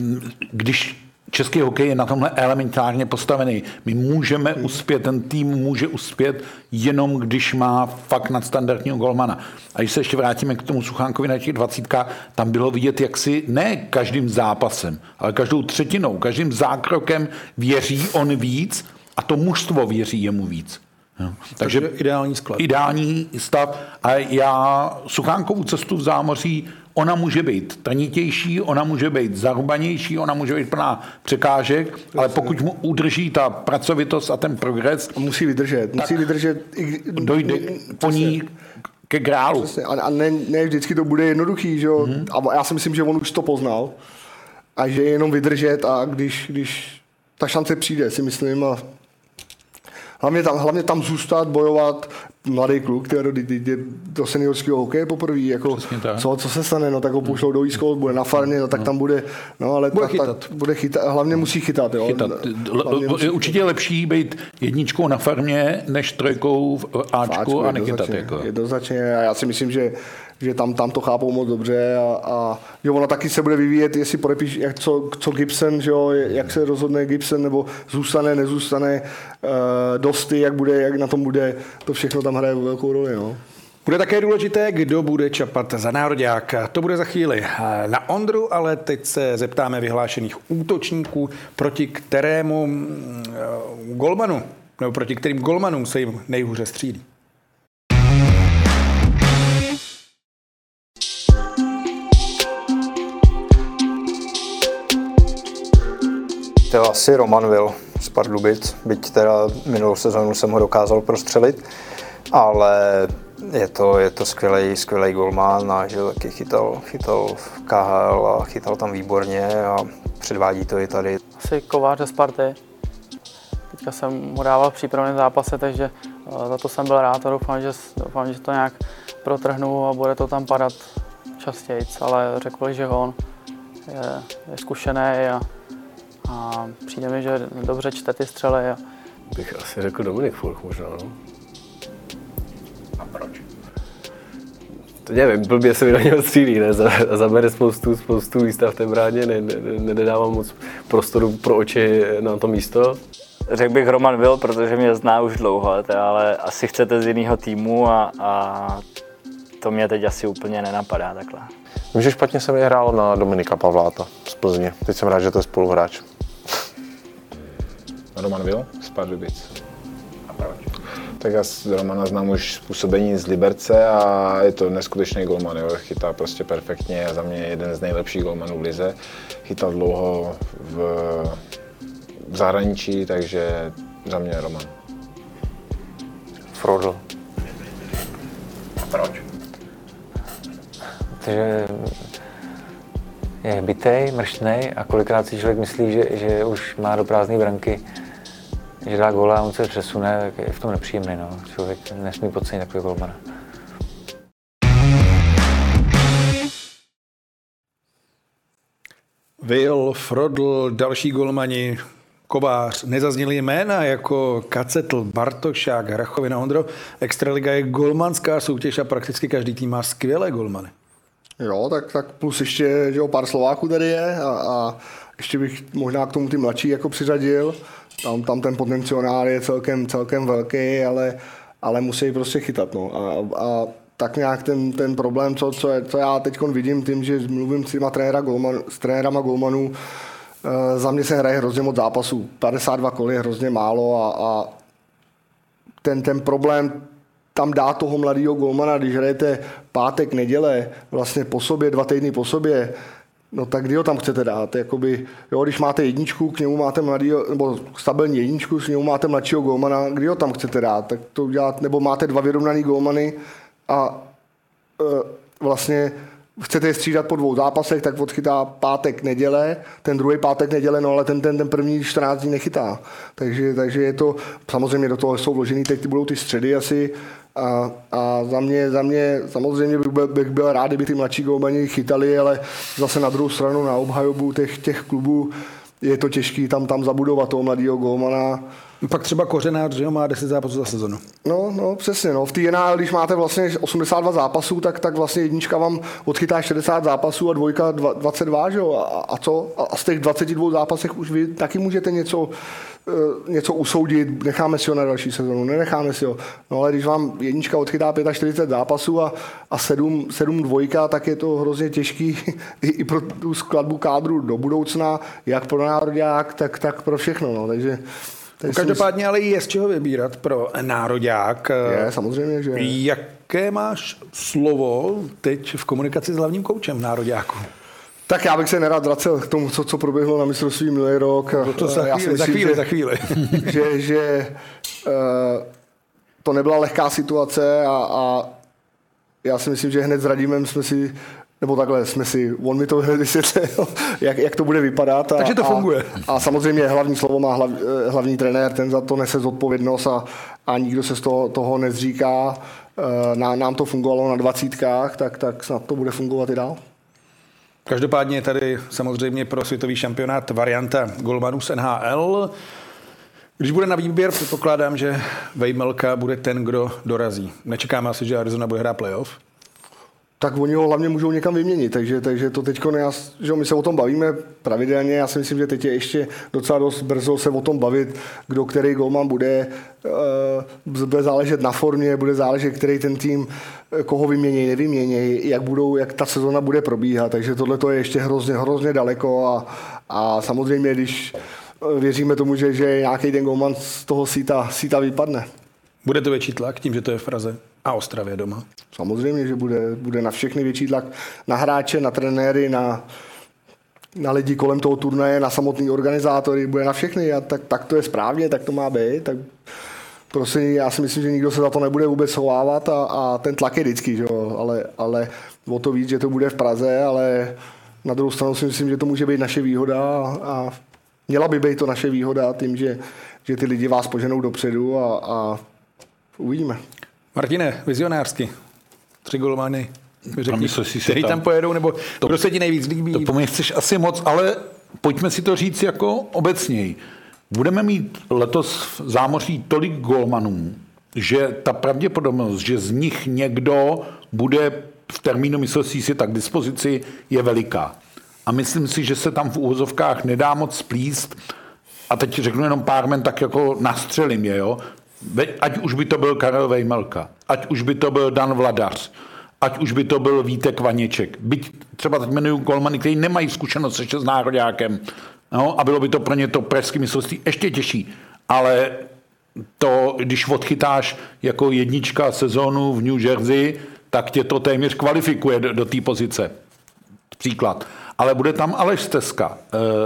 když český hokej je na tomhle elementárně postavený. My můžeme hmm. uspět, ten tým může uspět jenom když má fakt nadstandardního golmana. A když se ještě vrátíme k tomu Suchánkovi na těch dvacítkách, tam bylo vidět, jak si ne každým zápasem, ale každou třetinou, každým zákrokem věří on víc a to mužstvo věří jemu víc. No. Takže, Takže ideální sklad. Ideální stav. A já Suchánkovu cestu v zámoří, ona může být trnitější, ona může být zarubanější, ona může být plná překážek, ale pokud mu udrží ta pracovitost a ten progres, musí vydržet. Musí vydržet. Dojde po ní ke grálu. Přesně. A ne, ne vždycky to bude jednoduchý, že jo? Mm-hmm. A já si myslím, že on už to poznal a že je jenom vydržet a když, když ta šance přijde, si myslím, a hlavně tam, hlavně tam zůstat, bojovat. Mladý kluk, který jde do seniorského hokeje poprvé, jako co, co se stane, no tak ho pošlou do East Coast, bude na farmě, no tak tam bude, no ale bude tak, chytat. Tak, bude chytat, hlavně musí chytat, jo. Chytat. Hlavně musí je určitě chytat. Lepší být jedničkou na farmě, než trojkou v Áčku, Áčku a nechytat. Jako. Jednoznačně, a já si myslím, že že tam, tam to chápou moc dobře a, a že ona taky se bude vyvíjet, jestli podepíš, jak co, co Gibson, že jo, jak se rozhodne Gibson, nebo zůstane, nezůstane, uh, Dosty, jak bude, jak na tom bude, to všechno tam hraje velkou roli, no. Bude také důležité, kdo bude čapat za nároďáka. To bude za chvíli na Ondru, ale teď se zeptáme vyhlášených útočníků, proti kterému uh, golmanu, nebo proti kterým golmanům se jim nejhůře střílí. To asi Roman Will z Pardubic, byť teda minulou sezónu jsem ho dokázal prostřelit, ale je to, je to skvělej, skvělej golman a že taky chytal, chytal v K H L a chytal tam výborně a předvádí to i tady. Asi Kovář ze Sparty. Teďka jsem mu dával v přípravném zápase, takže za to jsem byl rád a doufám, že, doufám, že to nějak protrhnu a bude to tam padat častěji, ale řekl, že on je, je zkušený a A přijde mi, že dobře čte ty střely. A... Bych asi řekl Dominik Furch možná, no. A proč? To nevím, blbě se mi na něho střílí, ne? Zabere spoustu, spoustu místa v té bráně, ne, ne, nedávám moc prostoru pro oči na to místo. Řekl bych Roman Will, protože mě zná už dlouho, ale asi chcete z jiného týmu a, a to mě teď asi úplně nenapadá takhle. Vím, že špatně se mi hrálo na Dominika Pavláta z Plzně. Teď jsem rád, že to je spoluhráč. Roman Will z Pardubic. A proč? Tak já Romana znám už z působení z Liberce a je to neskutečný golman. Jo. Chytá prostě perfektně a za mě je jeden z nejlepších golmanů v lize. Chytal dlouho v, v zahraničí, takže za mě Roman. Frodl. A proč? Takže je bitej, mrštnej a kolikrát si člověk myslí, že, že už má do prázdné branky, že dá góla a on se přesune, tak je v tom nepříjemný. No. Člověk nesmí podcenit takový golmana. Will, Frodl, další golmani, Kovář, nezazněly jména jako Kacetl, Bartošák, Rachovina, Ondro. Extraliga je golmanská soutěž a prakticky každý tým má skvělé golmany. Jo, tak, tak plus ještě, že jo, pár Slováků tady je a, a ještě bych možná k tomu ty mladší jako přiřadil. Tam, tam ten potenciál je celkem, celkem velký, ale, ale musí prostě chytat. No. A, a tak nějak ten, ten problém, co, co, je, co já teď vidím tím, že mluvím s těma trenéra golman, s trenérama golmanů, e, za mě se hraje hrozně moc zápasů. padesát dva kol je hrozně málo a, a ten, ten problém tam dá toho mladého golmana, když hrajete pátek, neděle, vlastně po sobě, dva týdny po sobě, no tak kdy ho tam chcete dát? Jakoby, jo, když máte jedničku, k němu máte mladýho, nebo stabilní jedničku, k němu máte mladšího golmana, kdy ho tam chcete dát? Tak to udělat, nebo máte dva vyrovnaný golmany a e, vlastně chcete je střídat po dvou zápasech, tak odchytá pátek, neděle, ten druhý pátek, neděle, no ale ten, ten, ten první čtrnáct dní nechytá. Takže, takže je to, samozřejmě do toho jsou vložený, teď budou ty středy asi a, a za mě, za mě samozřejmě bych byl, bych byl rád, kdyby ty mladší golmani chytali, ale zase na druhou stranu na obhajobu těch, těch klubů je to těžký tam, tam zabudovat toho mladého golmana. Pak třeba Kořenář, že má deset zápasů za sezonu. No, no, přesně. No. V té N H L, když máte vlastně osmdesát dva zápasů, tak, tak vlastně jednička vám odchytá šedesát zápasů a dvojka dvacet dva, že jo? A, a co? A z těch dvaceti dvou zápasech už vy taky můžete něco, uh, něco usoudit, necháme si ho na další sezonu, nenecháme si ho. No ale když vám jednička odchytá čtyřicet pět zápasů a, a sedm, sedm dvojka, tak je to hrozně těžký i, i pro tu skladbu kádru do budoucna, jak pro národák, tak, tak pro všechno. No. Takže No, každopádně ale je z čeho vybírat pro nároďák. Je, samozřejmě, že Jaké máš slovo teď v komunikaci s hlavním koučem nároďáku? Tak já bych se nerad vracel k tomu, co, co proběhlo na mistrovství minulý rok. No to za chvíli, myslím, za chvíli, že, za chvíli. že, že uh, to nebyla lehká situace a, a já si myslím, že hned s Radimem jsme si nebo takhle jsme si, on mi to vysvětlil, jak, jak to bude vypadat. A, takže to funguje. A, a samozřejmě hlavní slovo má hlav, hlavní trenér, ten za to nese zodpovědnost a, a nikdo se z toho, toho nezříká. Ná, nám to fungovalo na dvacítkách, tak, tak snad to bude fungovat i dál. Každopádně je tady samozřejmě pro světový šampionát varianta golmanů z N H L. Když bude na výběr, předpokládám, že Vejmelka bude ten, kdo dorazí. Nečekáme asi, že Arizona bude hrát playoff. Tak oni ho hlavně můžou někam vyměnit, takže, takže to teďko, ne, že my se o tom bavíme pravidelně, já si myslím, že teď je ještě docela dost brzo se o tom bavit, kdo který golman bude, bude záležet na formě, bude záležet, který ten tým, koho vymění, nevymění, jak, budou, jak ta sezona bude probíhat, takže tohle to je ještě hrozně, hrozně daleko a, a samozřejmě, když věříme tomu, že, že nějaký ten golman z toho síta, síta vypadne. Bude to větší tlak tím, že to je v Praze a Ostravě doma? Samozřejmě, že bude, bude na všechny větší tlak. Na hráče, na trenéry, na, na lidi kolem toho turnaje, na samotný organizátory, bude na všechny. A tak, tak to je správně, tak to má být. Tak prostě já si myslím, že nikdo se za to nebude vůbec schovávat a, a ten tlak je vždycky, že jo? Ale, ale o to víc, že to bude v Praze, ale na druhou stranu si myslím, že to může být naše výhoda a, a měla by být to naše výhoda tím, že, že ty lidi vás poženou dopředu a, a uvidíme. Martine, vizionářsky, tři golmany, řekni, si který tam, tam pojedou, nebo to, kdo se ti nejvíc líbí? To po mně chceš asi moc, ale pojďme si to říct jako obecněji. Budeme mít letos v zámoří tolik golmanů, že ta pravděpodobnost, že z nich někdo bude v termínu mistrovství světa k dispozici, je veliká. A myslím si, že se tam v úvozovkách nedá moc splíst. A teď řeknu jenom pár men, tak jako nastřelím je, jo. Ať už by to byl Karel Vejmelka, ať už by to byl Dan Vladař, ať už by to byl Vítek Vaněček. Byť třeba teď jmenuju golmany, kteří nemají zkušenost ještě s nároďákem, no, a bylo by to pro ně to pražské mistrovství ještě těžší. Ale to, když odchytáš jako jednička sezónu v New Jersey, tak tě to téměř kvalifikuje do, do té pozice. Příklad. Ale bude tam Aleš Stezka.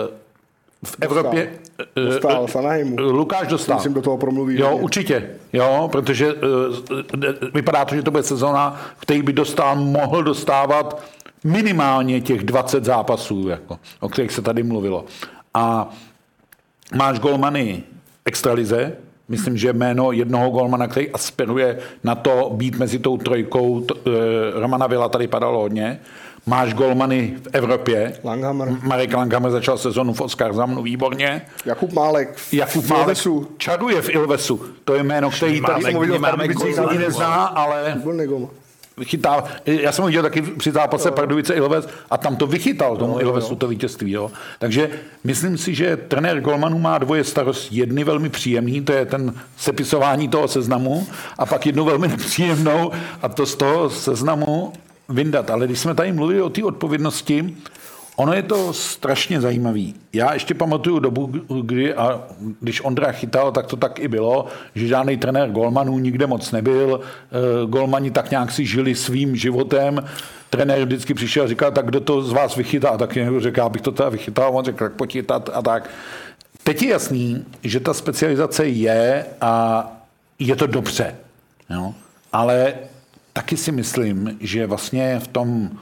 V Evropě... Dostal, uh, Lukáš dostal. Myslím, do toho promluví. Jo, určitě. Jo, protože uh, vypadá to, že to bude sezóna, v které by dostal, mohl dostávat minimálně těch dvacet zápasů, jako, o kterých se tady mluvilo. A máš golmany extralize, myslím, že jméno jednoho golmana, který aspiruje na to být mezi tou trojkou, to, uh, Romana Vila tady padalo hodně. Máš golmany v Evropě. Langhammer. Marek Langhammer začal sezonu v Oskarshamnu výborně. Jakub Málek. Jakub Málek Ilvesu. Čaduje v Ilvesu. To je jméno, který tady nikdy nezná, ale chytá. Já jsem ho viděl taky při zápase Pardubice Ilves a tam to vychytal tomu no, Ilvesu, to vítězství. Jo. Takže myslím si, že trenér golmanů má dvoje starostí. Jedny velmi příjemný, to je ten sepisování toho seznamu, a pak jednu velmi nepříjemnou, a to z toho seznamu vyndat. Ale když jsme tady mluvili o té odpovědnosti, Ono je to strašně zajímavý. Já ještě pamatuju dobu, kdy, a když Ondra chytal, tak to tak i bylo, že žádný trenér golmanů nikde moc nebyl. Golmani tak nějak si žili svým životem. Trenér vždycky přišel a říkal, tak kdo to z vás vychytá? Tak někdo řekl, abych to teda vychytal, on řekl, tak pojď chytat a tak. Teď je jasný, že ta specializace je a je to dobře. Jo? Ale taky si myslím, že vlastně v tom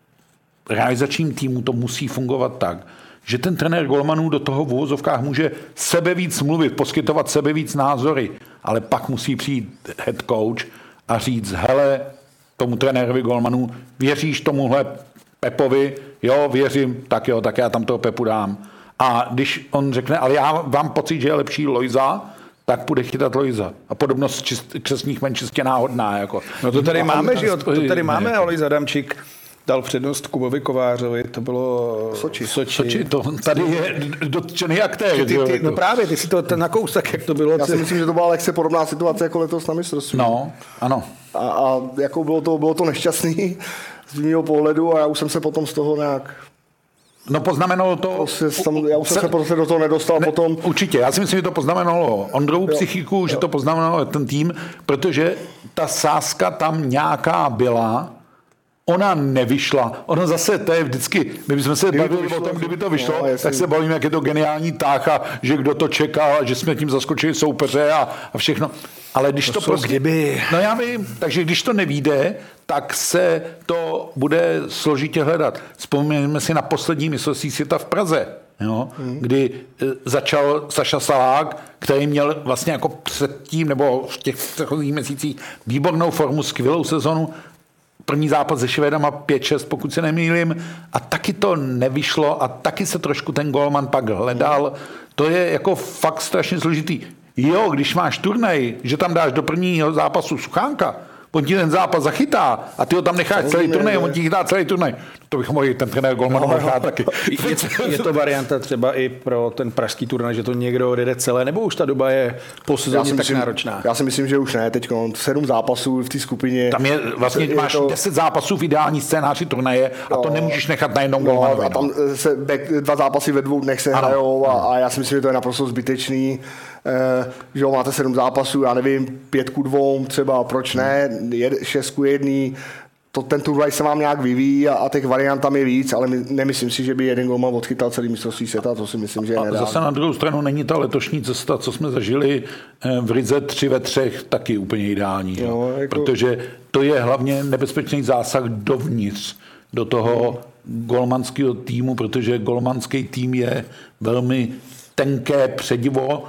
realizačním týmu to musí fungovat tak, že ten trenér golmanů do toho v uvozovkách může sebe víc mluvit, poskytovat sebe víc názory, ale pak musí přijít head coach a říct, hele, tomu trenérovi golmanů, věříš tomuhle Pepovi? Jo, věřím, tak jo, tak já tam toho Pepu dám. A když on řekne, ale já mám pocit, že je lepší Lojza, tak půjde chytat Lojza. A podobnost čist, křestních men čistě náhodná. Jako. No to tady máme, že jo, to tady máme, a Lojza Adamčík dal přednost Kubovi Kovářovi, to bylo Soči. Soči. Soči to tady je dotčený aktér. Ty, ty, no právě, ty si to ten nakousek, jak to bylo. Já si myslím, že to byla lehce podobná situace jako letos na mistrovství. No, ano. A, a jako bylo to, bylo to nešťastný z mého pohledu a já už jsem se potom z toho nějak... No poznamenalo to... Prostě tam, já už jsem se prostě do toho nedostal ne, potom. Určitě, já si myslím, že to poznamenalo Ondrovu psychiku, jo. že to poznamenalo ten tým, protože ta sázka tam nějaká byla, ona nevyšla. Ono zase, to je vždycky, my bychom se kdyby bavili vyšlo, o tom, kdyby to vyšlo, no, tak se bavíme, jak je to geniální tah a že kdo to čekal, že jsme tím zaskočili soupeře a, a všechno. Ale když to, to prostě... Kdyby... No já vím, takže když to nevíde, tak se to bude složitě hledat. Vzpomeňme si na poslední mistrovství světa v Praze, jo, hmm. kdy začal Saša Salák, který měl vlastně jako předtím, nebo v těch předchozích měsících výbornou formu, skvělou sezonu, první zápas se Švédama pět šest, pokud se nemýlím, a taky to nevyšlo a taky se trošku ten golman pak hledal. To je jako fakt strašně složitý. Jo, když máš turnaj, že tam dáš do prvního zápasu Suchánka, on ti ten zápas zachytá a ty ho tam necháš celý turnaj, on ti chytá celý turnaj. To bych mohl ten trenér golmanu no, no. taky. Je, je to varianta třeba i pro ten pražský turnaj, že to někdo odjede celé, nebo už ta doba je po sezóně tak myslím, náročná? Já si myslím, že už ne. Teď sedm zápasů v té skupině. Tam je vlastně, je máš to... deset zápasů v ideální scénáři turnaje a no, to nemůžeš nechat na jednom golmanovi. No, a tam se back, dva zápasy ve dvou dnech se ano, hrajou a, a já si myslím, že to je naprosto zbytečný. Uh, že jo, máte sedm zápasů, já nevím, pět ku dvou třeba, proč ne, jed, šest ku jedný, to, ten turnaj se vám nějak vyvíjí a, a těch variant tam je víc, ale my, nemyslím si, že by jeden golman odchytal celý mistrovství světa, to si myslím, že je nedá. Zase na druhou stranu není ta letošní cesta, co jsme zažili v Rize tři ve třech, taky úplně ideální, jo, jako... protože to je hlavně nebezpečný zásah dovnitř, do toho golmanského týmu, protože golmanský tým je velmi tenké předivo.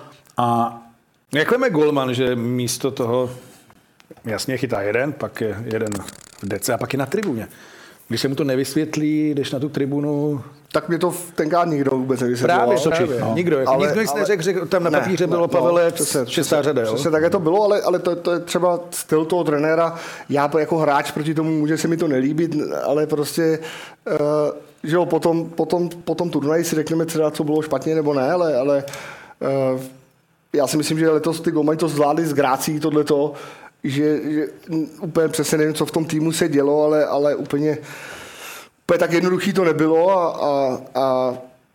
A jak veme golman, že místo toho jasně chytá jeden, pak je jeden v dece a pak je na tribuně. Když se mu to nevysvětlí, jdeš na tu tribunu... Tak mě to tenkrát nikdo vůbec nevysvětloval. Právě, Soči, no. nikdo. Jako ale, nikdo nic neřekl, že tam na papíře ne, bylo no, Pavele no, šestá řada. Přesně tak to bylo, ale, ale to, to je třeba styl toho trenéra. Já jako hráč proti tomu může se mi to nelíbit, ale prostě... Uh, že jo, potom, potom, potom turnaji si řekneme třeba, co bylo špatně nebo ne, ale... ale uh, já si myslím, že letos ty golmani to zvládli s grácí tohleto, že, že úplně přesně nevím, co v tom týmu se dělo, ale, ale úplně, úplně tak jednoduchý to nebylo a, a, a, a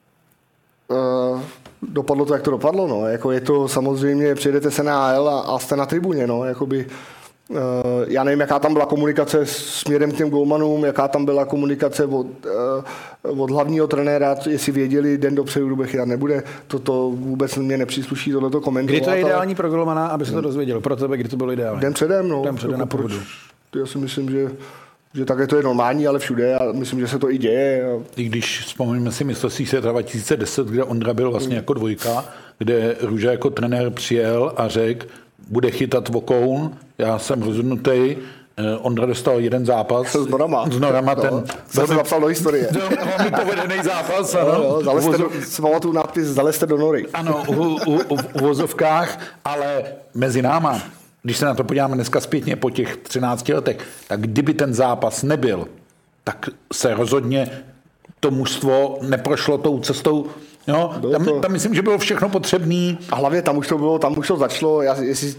dopadlo to, jak to dopadlo. No. Jako je to samozřejmě, přijedete se na A L a, a jste na tribuně. No. Jakoby, uh, já nevím, jaká tam byla komunikace směrem k těm golmanům, jaká tam byla komunikace od, uh, od hlavního trenéra, jestli věděli den dopředu, kdo bude chytat, nebude. Toto vůbec mě nepřísluší tohleto komentovat. Kdy to je ideální pro golmana, aby se to dozvěděl? Pro tebe, kdy to bylo ideální? Den předem, no. Den předem na původu. Já si myslím, že že také to je normální, ale všude a myslím, že se to i děje. A... I když vzpomeneme si mistrovství světa dva tisíce deset, kde Ondra byl vlastně jako dvojka, kde Růža jako trenér přijel a řekl, bude chytat Vokoun, já jsem rozhodnutý, Ondra dostal jeden zápas. S Norama. S Norama, ten... No, jsem se zapsal do historie. Velmi povedený zápas, ano. No, no, zalezte do, si pamatuju nápis, zalezte do nory. Ano, u, u, u, v uvozovkách, ale mezi náma, když se na to podíváme dneska zpětně po těch třinácti letech, tak kdyby ten zápas nebyl, tak se rozhodně to mužstvo neprošlo tou cestou. No, tam, to... tam myslím, že bylo všechno potřebné. A hlavně tam už to bylo, tam už to začalo, já, jestli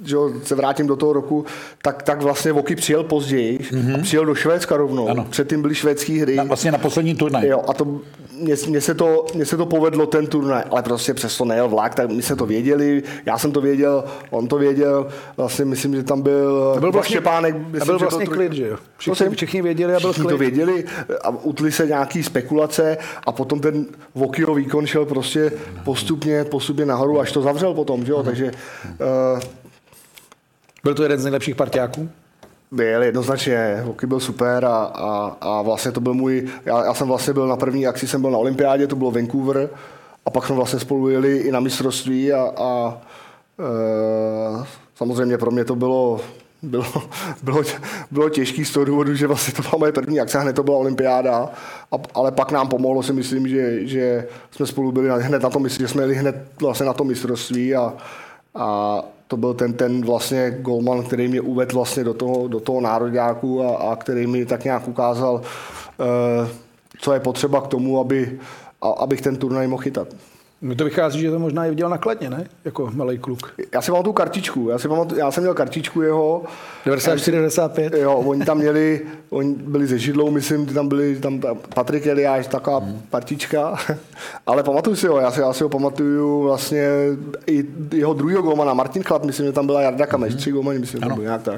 že se vrátím do toho roku, tak, tak vlastně Voky přijel později mm-hmm. a přijel do Švédska rovnou. Ano. Předtím byly švédské hry. Na, vlastně na poslední turnaj. Jo, a to, mně, mně, se to, mně se to povedlo ten turnaj, ale prostě přesto nejel vlak, tak my jsme to věděli, já jsem to věděl, on to věděl, vlastně myslím, že tam byl, byl vlastně, Štěpánek. Myslím, byl vlastně to, klid, že jo? Všichni, všichni věděli a byl všichni klid. to věděli a utli se nějaký spekulace a potom ten Vokyho výkon šel prostě postupně, postupně nahoru, až to zavřel potom, že jo, takže... Uh, byl to jeden z nejlepších parťáků? Byl, jednoznačně. Voky byl super a, a, a vlastně to byl můj... Já, já jsem vlastně byl na první akci, jsem byl na olympiádě, to bylo Vancouver a pak jsme vlastně spolu jeli i na mistrovství a, a e, samozřejmě pro mě to bylo... Bylo, bylo, bylo těžký z toho důvodu, že vlastně to byla moje první akce, hned to byla olympiáda, a, ale pak nám pomohlo, si myslím, že, že jsme spolu byli hned na tom, že jsme jeli hned vlastně na to mistrovství a, a to byl ten, ten vlastně golman, který mě uvedl vlastně do toho, do toho nároďáku a, a který mi tak nějak ukázal, uh, co je potřeba k tomu, aby, a, abych ten turnaj mohl chytat. No to vychází, že to možná i viděl na Kladně, ne? Jako malej kluk. Já si mám tu kartičku, já, si pamatuju, já jsem měl kartičku jeho. devadesát čtyři devadesát pět. Jo, oni tam měli, oni byli ze Židlou, myslím, tam byli tam Patrik Eliáš, taková hmm. partička. Ale pamatuju si ho, já si, já si ho pamatuju vlastně i jeho druhýho golmana, Martin Chlad, myslím, že tam byla Jarda Kameš, hmm. tři golmani, myslím, že to bylo nějak tak.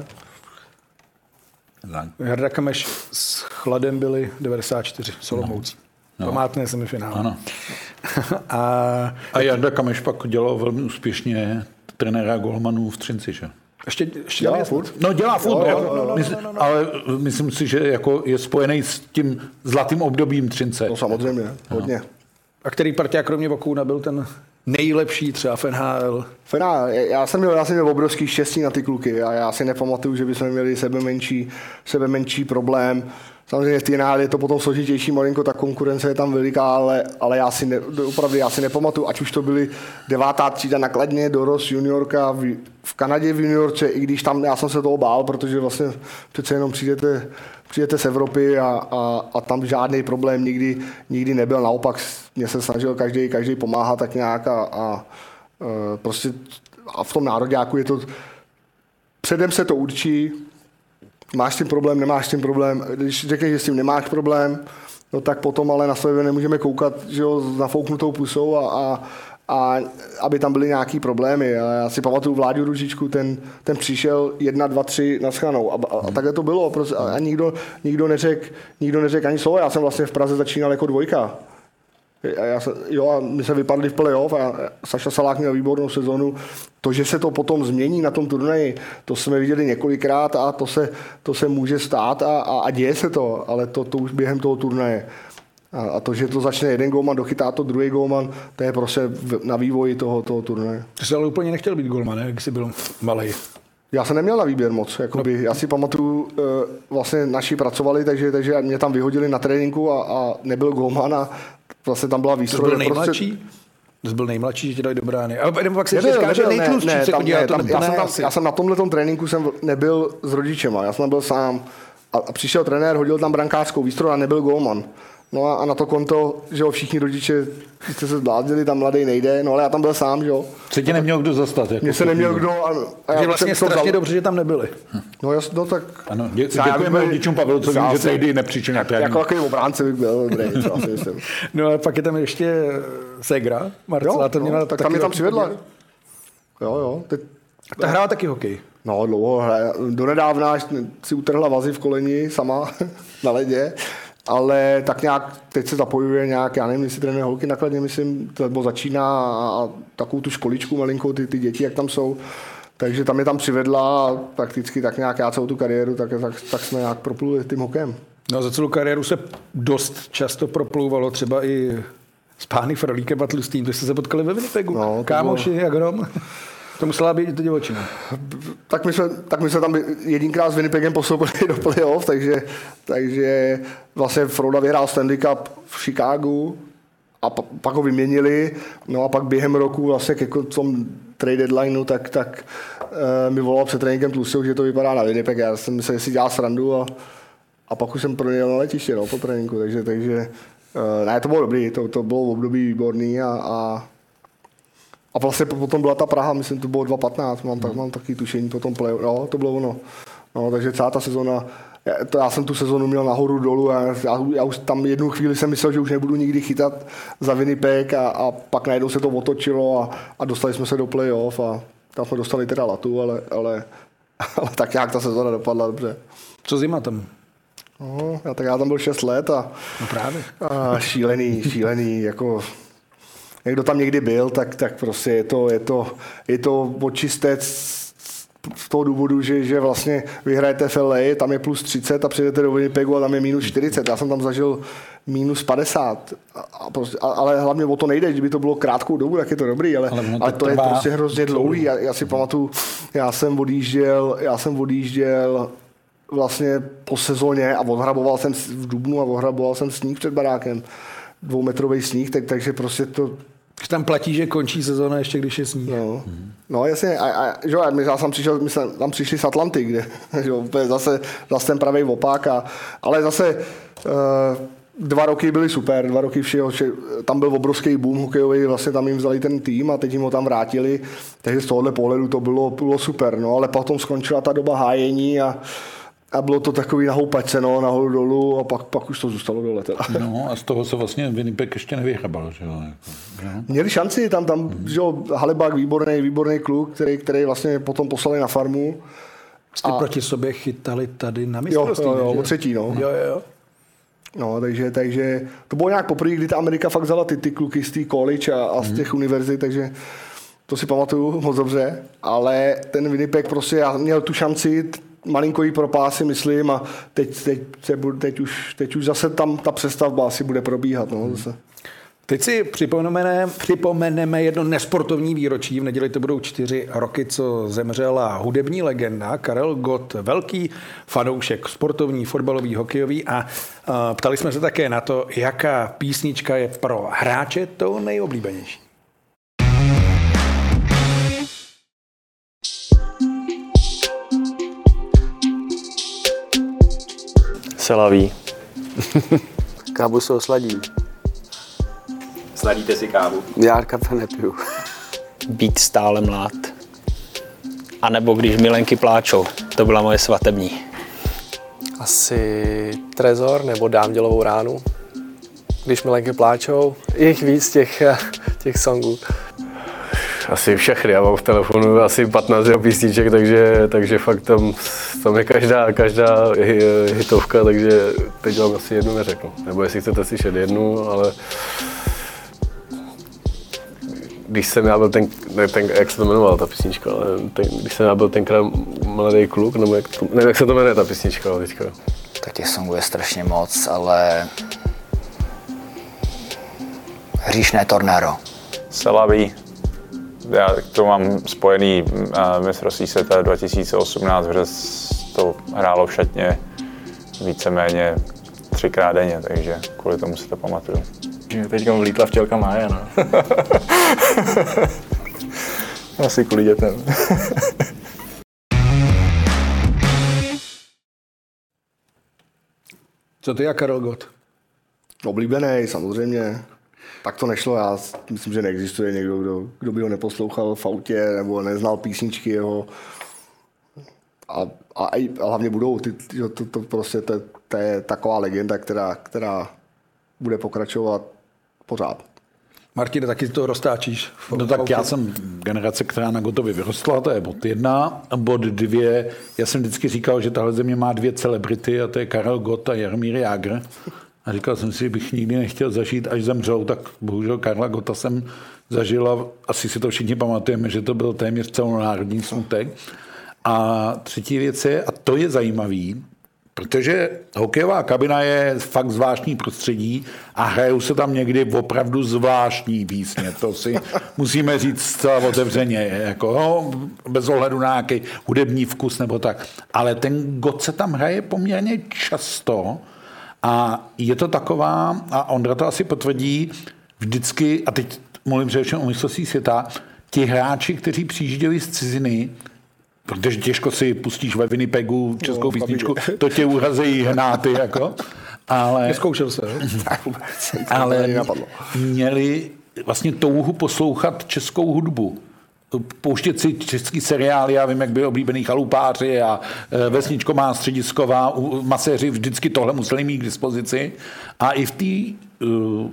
Jarda Kameš s Chladem byli devadesát čtyři, Solomoucí. No. Památné semifinále. Ano. a, a Jarda Kameš pak dělal velmi úspěšně trenéra golmanů v Třinci, že? Ještě, ještě dělá furt? No dělá furt, jo, jo, no, no, no, Mysl, no, no, no. ale myslím si, že jako je spojený s tím zlatým obdobím Třince. No samozřejmě, hodně. No. A který parťák kromě Vokouna byl ten nejlepší třeba v N H L? V N H L, já jsem měl, já jsem měl obrovský štěstí na ty kluky a já si nepamatuju, že bychom měli sebe menší, sebe menší problém. Samozřejmě v té N H L je to potom složitější malinko, ta konkurence je tam veliká, ale, ale já si ne, opravdu já si nepamatuju, ať už to byly devátá třída na Kladně, dorost, juniorka v, v Kanadě v juniorce, i když tam já jsem se toho bál, protože vlastně přece jenom přijdete, přijdete z Evropy a, a, a tam žádný problém nikdy, nikdy nebyl, naopak mě se snažil každý, každý pomáhat tak nějak a, a prostě a v tom nároďáku je to, předem se to určí, máš s tím problém, nemáš s tím problém. Když řekneš, že s tím nemáš problém, no tak potom ale na sebe nemůžeme koukat, že jo, s nafouknutou pusou a, a, a aby tam byly nějaký problémy. A já si pamatuju Vláďu Ružičku, ten, ten přišel jedna, dva, tři na schanou a, a, a takhle to bylo. Prostě, a nikdo, nikdo neřekl nikdo neřek ani slovo. Já jsem vlastně v Praze začínal jako dvojka. A já se, jo, a my se vypadli v playoff a Saša Salák měl výbornou sezonu. To, že se to potom změní na tom turnaji, to jsme viděli několikrát a to se, to se může stát a, a, a děje se to, ale to, to už během toho turnaje. A, a to, že to začne jeden golman, dochytá to druhý golman, to je prostě na vývoji toho, toho turnaje. Ty jsi ale úplně nechtěl být golman, ne? Jak jsi byl malej. Já jsem neměl na výběr moc. Jakoby. Já si pamatuju, vlastně naši pracovali, takže, takže mě tam vyhodili na tréninku a, a nebyl golman a vlastně tam byla výstroj. To byl nejmladší? Prostě... To jsi byl nejmladší, že ti dali do brány. Ale nebo pak si říká, že nejtlustší ne, se tam, chodil, ne, to tam, já, jsem tam, já jsem na tomhletom tréninku jsem nebyl s rodičema, já jsem byl sám. A, a přišel trenér, hodil tam brankářskou výstroj a nebyl golman. No a, a na to konto, že jo, všichni rodiče jste se zbláznili, tam mladý nejde, no ale já tam byl sám, že jo. Se tě neměl kdo zastat. Jako Mě se neměl kdo. A, a já vlastně strašně dobře, že tam nebyli. No jas, no tak... Ano, dě, děkujeme rodičům Pavel, co vím, že trady nepřičil na tréninku. Jako takový obránce bych byl dobrý, co asi myslím. No a pak je tam ještě Segra, Marcela, to měla no, tak tam mě tam přivedla. Jo, jo. Teď... Ta hrála taky hokej. No, dlouho hraje. Donedávna si utrhla vazy v koleni sama na ledě. Ale tak nějak teď se zapojuje nějak, já nevím, jestli trénuje holky nakladně, myslím, nebo začíná a takovou tu školičku malinkou, ty, ty děti, jak tam jsou. Takže tam je tam přivedla a prakticky tak nějak já celou tu kariéru, tak, tak, tak jsme nějak propluli tím hokejem. No za celou kariéru se dost často proplouvalo, třeba i s pány Frolíkem a Tlustým, to jste se potkali ve Winnipegu, no, kámoši, bylo... jak hrom. To musela být to divočina. Tak my jsme, tak my jsme tam jedinkrát s Winnipegem postoupili do playoff, takže, takže vlastně Froda vyhrál Stanley Cup v Chicagu a pa, pak ho vyměnili. No a pak během roku vlastně ke tom trade deadlineu, tak, tak uh, mi volal před tréninkem Tlustou, že to vypadá na Winnipeg. Já jsem se si dělal srandu a, a pak už jsem projel na letiště no, po tréninku. Takže, takže uh, ne, to bylo dobrý, to, to bylo v období výborný a, a A vlastně potom byla ta Praha, myslím, to bylo dva patnáct, mám, tak, mám taky tušení po tom play, no, to bylo ono. No, takže celá ta sezona, já, to, já jsem tu sezonu měl nahoru dolů a já, já už tam jednu chvíli jsem myslel, že už nebudu nikdy chytat za Winnipeg a, a pak najednou se to otočilo a, a dostali jsme se do playoff a tam jsme dostali teda latu, ale, ale, ale tak nějak ta sezona dopadla dobře. Co zima tam? No, já, tak já tam byl šest let a, no právě. a šílený, šílený, jako někdo tam někdy byl, tak, tak prostě je to, je to, je to očistec z toho důvodu, že, že vlastně vyhrajete v L A, tam je plus třicet a přijdete do Winnipegu a tam je minus čtyřicet. Já jsem tam zažil minus padesát. A prostě, a, ale hlavně o to nejde, kdyby to bylo krátkou dobu, tak je to dobrý, ale, ale, ale to je prostě hrozně dlouhý. Já, já si pamatuju, já jsem odjížděl, já jsem odjížděl vlastně po sezóně a odhraboval jsem v dubnu a odhraboval jsem sníh před barákem. Dvoumetrový sníh, tak, takže prostě to... Tam platí, že končí sezóna ještě, když je sníh. No, no jasně, a, a, že, my, já jsem přišel, my jsme tam přišli z Atlanty, kde že, úplně zase, zase ten pravý opak, a, ale zase uh, dva roky byly super, dva roky všeho, vše, tam byl obrovský boom hokejový, vlastně tam jim vzali ten tým a teď jim ho tam vrátili, takže z tohohle pohledu to bylo, bylo super, no, ale potom skončila ta doba hájení a A bylo to takový na houpačce, no, nahoru dolů a pak, pak už to zůstalo dole. Teda. No a z toho se vlastně Winnipeg ještě nevyhrabal, že jo? Jako, měli šanci, tam, tam mm. že jo, Halibak, výborný, výborný kluk, který, který vlastně potom poslali na farmu. Jste a... proti sobě chytali tady na mistrovství. Jo, jo, jo, o třetí, no. Jo, jo. No, takže, takže to bylo nějak poprvé, kdy ta Amerika fakt vzala ty, ty kluky z té college a, a z těch mm. univerzit, takže to si pamatuju moc dobře, ale ten Winnipeg prostě, já měl tu šanci, malinkový propásy, myslím, a teď, teď, teď, už, teď už zase tam ta přestavba asi bude probíhat. No, zase. Teď si připomeneme, připomeneme jedno nesportovní výročí. V neděli to budou čtyři roky, co zemřela hudební legenda Karel Gott, velký fanoušek sportovní, fotbalový, hokejový, a, a ptali jsme se také na to, jaká písnička je pro hráče to nejoblíbenější. Selaví. Kávu se osladí. Sladíte si kávu? Já kafe nepiju. Být stále mlád. A nebo když milenky pláčou. To byla moje svatební. Asi Trezor nebo Dám dělovou ránu. Když milenky pláčou, je jich víc těch, těch songů. Asi všechny, já mám v telefonu asi patnáct písniček, takže, takže fakt tam, tam je každá, každá hitovka, takže teď vám asi jednu neřeknu. Nebo jestli chcete slyšet jednu, ale když jsem já byl ten, ne, ten jak se to jmenovala ta písnička, ale ten, když jsem já byl tenkrát mladý kluk, nebo jak, to, nevím, jak se to jmenuje ta písnička teďka. Tak těch songů je strašně moc, ale Hříšné tornádo. Selaví. Já to mám spojený uh, mistrovství světa dva tisíce osmnáct, protože to hrálo v šatně víceméně třikrát denně, takže kvůli tomu si to pamatuju. Teďka vlítla včelka Mája, no. Asi kvůli dětem. Co ty a Karel Gott? Oblíbený, samozřejmě. Tak to nešlo, já myslím, že neexistuje někdo, kdo, kdo by ho neposlouchal v autě nebo neznal písničky jeho. A, a, a hlavně budou, ty, to, to prostě to, to je taková legenda, která, která bude pokračovat pořád. Martine, taky to roztáčíš? No tak já jsem generace, která na Gottovi vyrostla, to je bod jedna. Bod dvě, já jsem vždycky říkal, že tahle země má dvě celebrity, a to je Karel Gott a Jaromír Jágr. A říkal jsem si, že bych nikdy nechtěl zažít, až zemřou, tak bohužel Karla Gotta jsem zažil a asi si to všichni pamatujeme, že to byl téměř celonárodní smutek. A třetí věc je, a to je zajímavý, protože hokejová kabina je fakt zvláštní prostředí a hrajou se tam někdy opravdu zvláštní písně. To si musíme říct zcela otevřeně, jako, no, bez ohledu na nějaký hudební vkus nebo tak. Ale ten Gott se tam hraje poměrně často. A je to taková, a Ondra to asi potvrdí, vždycky, a teď mluvím především o mistrovství světa, ti hráči, kteří přijížděli z ciziny, protože těžko si pustíš ve Winnipegu českou no, písničku, to tě urazejí hnáty, jako. Ale, Neskoušel se, ale měli vlastně touhu poslouchat českou hudbu. Pouštět si český seriály, já vím, jak byli oblíbený Chalupáři a Vesničko má středisková, maséři vždycky tohle museli mít k dispozici. A i v té uh,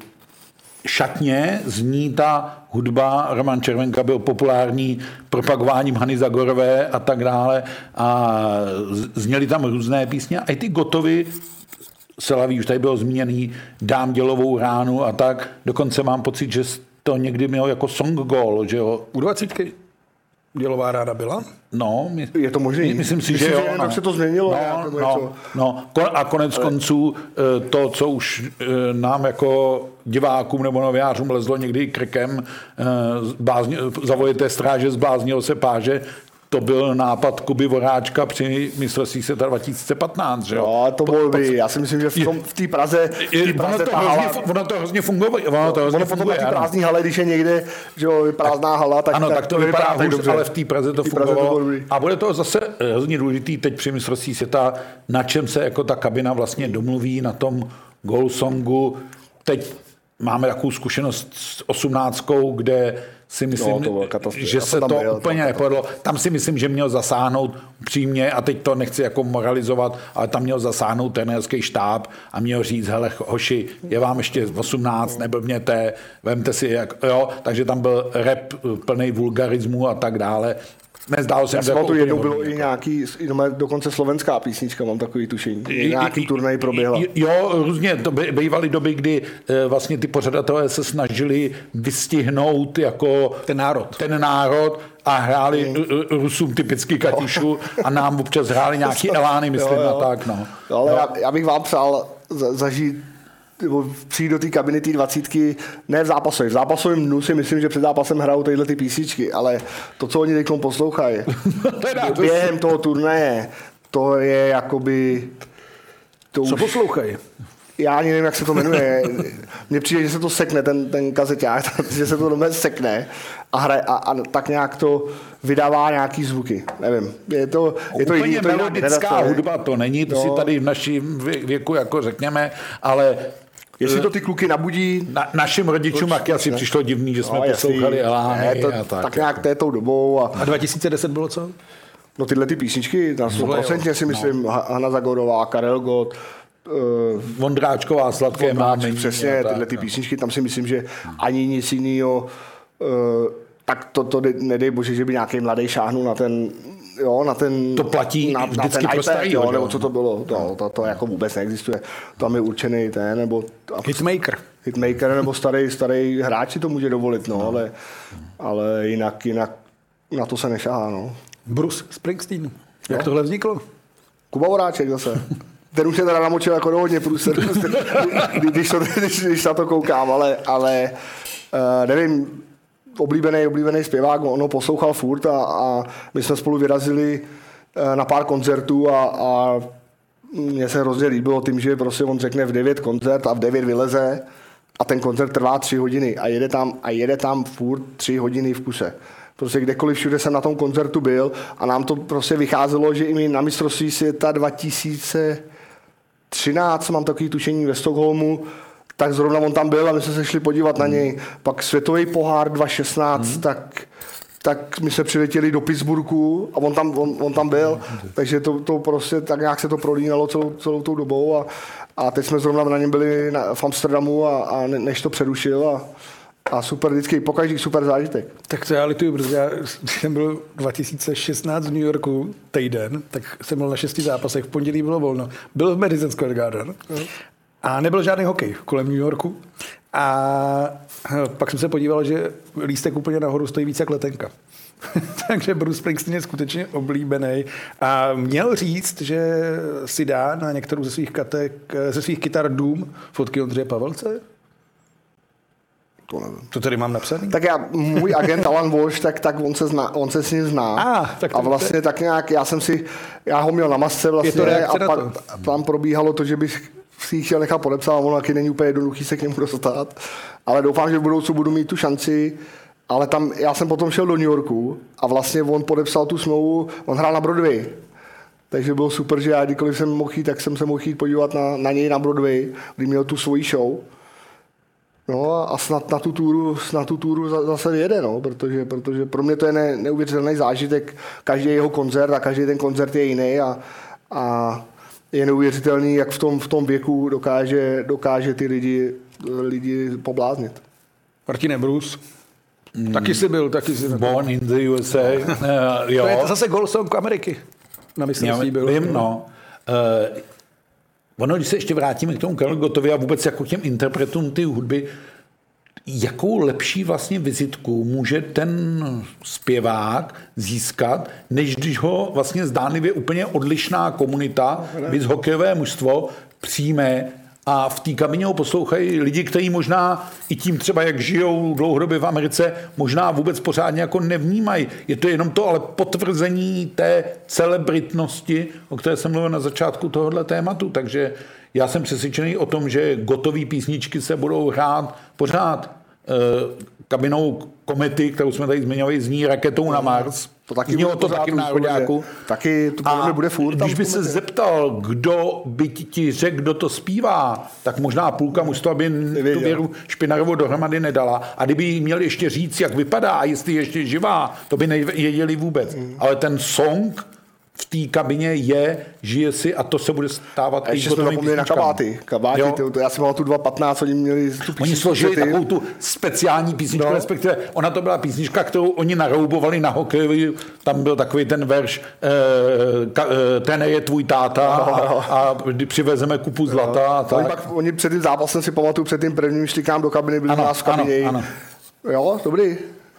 šatně zní ta hudba. Roman Červenka byl populární propagováním Hany Zagorové a tak dále. A zněly tam různé písně. A i ty Gotovy Selaví, už tady bylo zmíněný, Dám dělovou ránu a tak. Dokonce mám pocit, že to někdy mělo jako song goal, že jo. U dvacítky dělová ráda byla? No. My, je to možné. My, myslím si, myslím, že jo. No. se to změnilo. No, no, no. A konec Ale... konců to, co už nám jako divákům nebo novinářům lezlo někdy krkem, bázně, zavojete stráže, zbláznilo se páže, to byl nápad Kuby Voráčka při mistrovství světa dva tisíce patnáct, že jo? No, to bylo by. Já si myslím, že v, tom, v té Praze, v té Praze ono, to ta hrozně, hala, ono to hrozně fungovalo. Ono to hrozně ono funguje, potom na té prázdné hale, když je někde, že jo, prázdná hala, tak, ano, tak, tak to, to vypadá hůř, dobře. Ale v té Praze to fungovalo. A bude to zase hrozně důležitý teď při mistrovství světa, na čem se jako ta kabina vlastně domluví na tom goal songu. Teď máme takovou zkušenost s osmnáctkou, kde si myslím, no, že se to byl, úplně nepovedlo. Tam si myslím, že měl zasáhnout přímě, a teď to nechci jako moralizovat, ale tam měl zasáhnout trenérský štáb a měl říct, hele hoši, je vám ještě osmnáct, neblbněte, vemte si, jak, jo, takže tam byl rap plný vulgarismu a tak dále. Nezdálo se, že to jednou bylo i nějaký, dokonce slovenská písnička, mám takový tušení. Nějaký turnaj proběhla. Jo, různě, to bývaly doby, kdy vlastně ty pořadatelé se snažili vystihnout jako ten národ. Ten národ a hráli mm. Rusům typicky Katyšu a nám občas hráli nějaký elány, myslím, jo, jo. A tak, no. Ale no. Já, já bych vám přál za, zažít přijít do té kabiny té dvacítky, ne v zápasovém. V zápasovém dnu si myslím, že před zápasem hrajou tyhle ty písničky, ale to, co oni teď poslouchají, během toho turnaje, to je jakoby... To co už... poslouchají? Já ani nevím, jak se to jmenuje. Mně přijde, že se to sekne, ten, ten kazeťák, že se to doma sekne a, hraje, a, a tak nějak to vydává nějaký zvuky. Nevím. Je to, je to úplně jiný, melodická hudba to není, to no. si tady v našem věku jako řekněme, ale jestli to ty kluky nabudí... Na, našim rodičům taky asi přišlo divný, že jsme no, poslouchali elány to, a tak. Tak nějak té tou dobou. A, a dva tisíce deset bylo co? No tyhle ty písničky, tam sto procent si myslím, no. Hana Zagorová, Karel Gott, Uh, Vondráčková, Sladké Vondráč, máme. Přesně, tak, tyhle ty písničky, tam si myslím, že ani nic jiného, uh, tak to, to nedej bože, že by nějaký mladý šáhnul na ten, jo, na ten, to platí na, vždycky na ten pro iPad, starý, jo, nebo co to bylo, to, to, to jako vůbec neexistuje. Tam je určený ten, nebo... Hitmaker. Hitmaker, nebo starý, starý hráč si to může dovolit, no, ale, ale jinak, jinak na to se nešahá, no. Bruce Springsteen, jak no. tohle vzniklo? Kuba Voráček zase. Ten už se teda namočil jako do hodně průser, když, to, když, když na to koukám, ale, ale uh, nevím, oblíbený, oblíbený zpěvák, on ho poslouchal furt a, a my jsme spolu vyrazili uh, na pár koncertů a, a mně se hrozně líbilo tím, že prostě on řekne v devět koncert a v devět vyleze a ten koncert trvá tři hodiny a jede tam, a jede tam furt tři hodiny v kuse. Prostě kdekoliv všude jsem na tom koncertu byl a nám to prostě vycházelo, že i my na mistrovství světa dva tisíce třináct, mám takový tušení ve Stockholmu, tak zrovna on tam byl a my jsme se šli podívat hmm. na něj. Pak světový pohár dva tisíce šestnáct, hmm. tak, tak my jsme přiletěli do Pittsburghu a on tam, on, on tam byl, takže to, to prostě tak nějak se to prolínalo celou, celou tou dobou a, a teď jsme zrovna na něm byli na, v Amsterdamu a, a než to přerušil a A super, vždycky, pokaždý super zážitek. Tak to já lituju, protože já, když jsem byl dva tisíce šestnáct v New Yorku týden, tak jsem byl na šesti zápasech, v pondělí bylo volno. Byl v Madison Square Garden a nebyl žádný hokej kolem New Yorku. A pak jsem se podíval, že lístek úplně nahoru stojí více jak letenka. Takže Bruce Springsteen je skutečně oblíbený a měl říct, že si dá na některou ze svých katek, ze svých kytar Doom fotky Ondřeje Pavelce. To nevím. To tady mám napsaný? Tak já, můj agent Alan Walsh, tak, tak on, se zna, on se s ním zná. Ah, tak a vlastně to... tak nějak, já jsem si, já ho měl na masce vlastně a pak tam probíhalo to, že bych si chtěl nechat podepsat, a ono taky není úplně jednoduchý se k němu dostat. Ale doufám, že v budoucnu budu mít tu šanci. Ale tam, já jsem potom šel do New Yorku a vlastně on podepsal tu smlouvu, on hrál na Broadway. Takže bylo super, že já kdykoliv jsem mohl jít, tak jsem se mohl jít podívat na, na něj na Broadway, kdy měl tu svoji show. No a snad na tu túru, na tu túru zase jede, no, protože, protože pro mě to je ne, neuvěřitelný zážitek, každý jeho koncert a každý ten koncert je jiný a, a je neuvěřitelný, jak v tom, v tom věku dokáže, dokáže ty lidi, lidi pobláznit. Martine, Bruce. Hmm. Taky jsi byl, taky jsi byl. Born in the U S A. uh, jo. To je zase Goal Song Ameriky. Na mistrovství byl. Vím, no. Uh, ono, když se ještě vrátíme k tomu Karlu Gottovi a vůbec jako k těm interpretům ty hudby, jakou lepší vlastně vizitku může ten zpěvák získat, než když ho vlastně zdánlivě úplně odlišná komunita, víc hokejové mužstvo, přijme a v té kabině ho poslouchají lidi, kteří možná i tím třeba, jak žijou dlouhodobě v Americe, možná vůbec pořádně jako nevnímají. Je to jenom to ale potvrzení té celebritnosti, o které jsem mluvil na začátku tohohle tématu. Takže já jsem přesvědčený o tom, že Gottový písničky se budou hrát pořád e, kabinou Komety, kterou jsme tady zmiňovali, zní Raketou na Mars. To taky znělo to taky v nároďáku. Taky to podle mě bude furt. Když by se zeptal, kdo by ti řekl, kdo to zpívá, tak možná půlka mužstva by tu Věru Špinarovou dohromady nedala. A kdyby jí měl ještě říct, jak vypadá a jestli je ještě živá, to by nevěděli vůbec. Mm. Ale ten song v té kabině je, žije si a to se bude stávat. A ještě jsme zapomněli na kabáty. Kabáty, to, to, já jsem mal tu dva patnáct, oni měli tu písničku. Oni složili takovou tu speciální písničku, no. Respektive ona to byla písnička, kterou oni naroubovali na hokej. Tam byl takový ten verš e, ka, e, ten je tvůj táta no. a, a přivezeme kupu zlata. No. A tak. Oni, pak, oni před tím zápasem si pamatuju, před tím prvním šlikám do kabiny, byli ano, nás v kabině. Ano, ano. Jo, dobrý.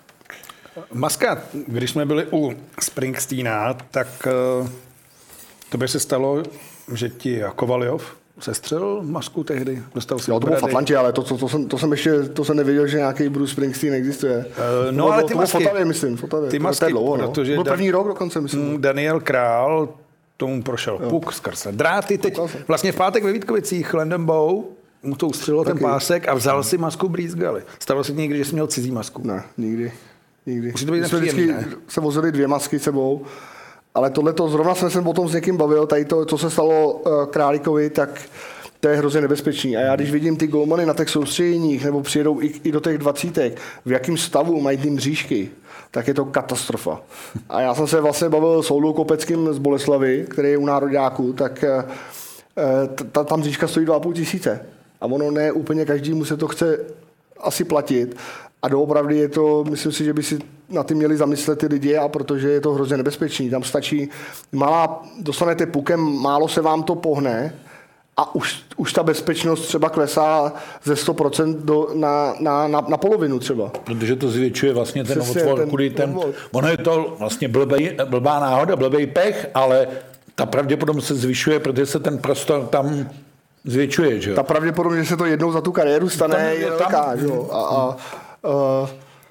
Maska, když jsme byli u Springsteena, tak uh, to by se stalo, že ti Kovaljov sestřelil masku tehdy? Dostal si jo, to bylo v Atlantě, ale to, to, to, jsem, to jsem ještě to jsem nevěděl, že nějaký Bruce Springsteen existuje. Uh, no, to ale ty masky, Fotavě, myslím, Fotavě. Ty masky, dlouho, no. protože byl první rok dokonce, myslím. Daniel Král, tomu prošel jo. puk skrze dráty. Teď vlastně v pátek ve Vítkovicích Landon Bow mu to ustřelilo ten pásek a vzal si masku Breeze Gully. Stalo se někdy, že jsi měl cizí masku? Ne, nikdy. Nikdy. Musí to být jsme vždycky ne? se vozili dvě masky sebou, ale tohleto, zrovna jsme se o tom s někým bavil, tady to, co se stalo uh, Králíkovi, tak to je hrozně nebezpečný. A já když vidím ty golmany na těch soustředěních, nebo přijedou i, i do těch dvacítek, v jakém stavu mají ty mřížky, tak je to katastrofa. A já jsem se vlastně bavil s Oldou Kopeckým z Boleslavy, který je u nároďáku, tak uh, ta, ta mřížka stojí dva a půl tisíce. A ono ne úplně každému se to chce asi platit. A doopravdy je to, myslím si, že by si na ty měli zamyslet ty lidi, a protože je to hrozně nebezpečný. Tam stačí malá, dostanete pukem, málo se vám to pohne a už, už ta bezpečnost třeba klesá ze sto procent do, na, na, na, na polovinu třeba. Protože to zvětšuje vlastně ten otvor, kudy ten, ono je to vlastně blbej, blbá náhoda, blbej pech, ale ta pravděpodobnost se zvyšuje, protože se ten prostor tam zvětšuje. Že? Ta pravděpodobnost, že se to jednou za tu kariéru stane, tam, je velká. A, a, Uh,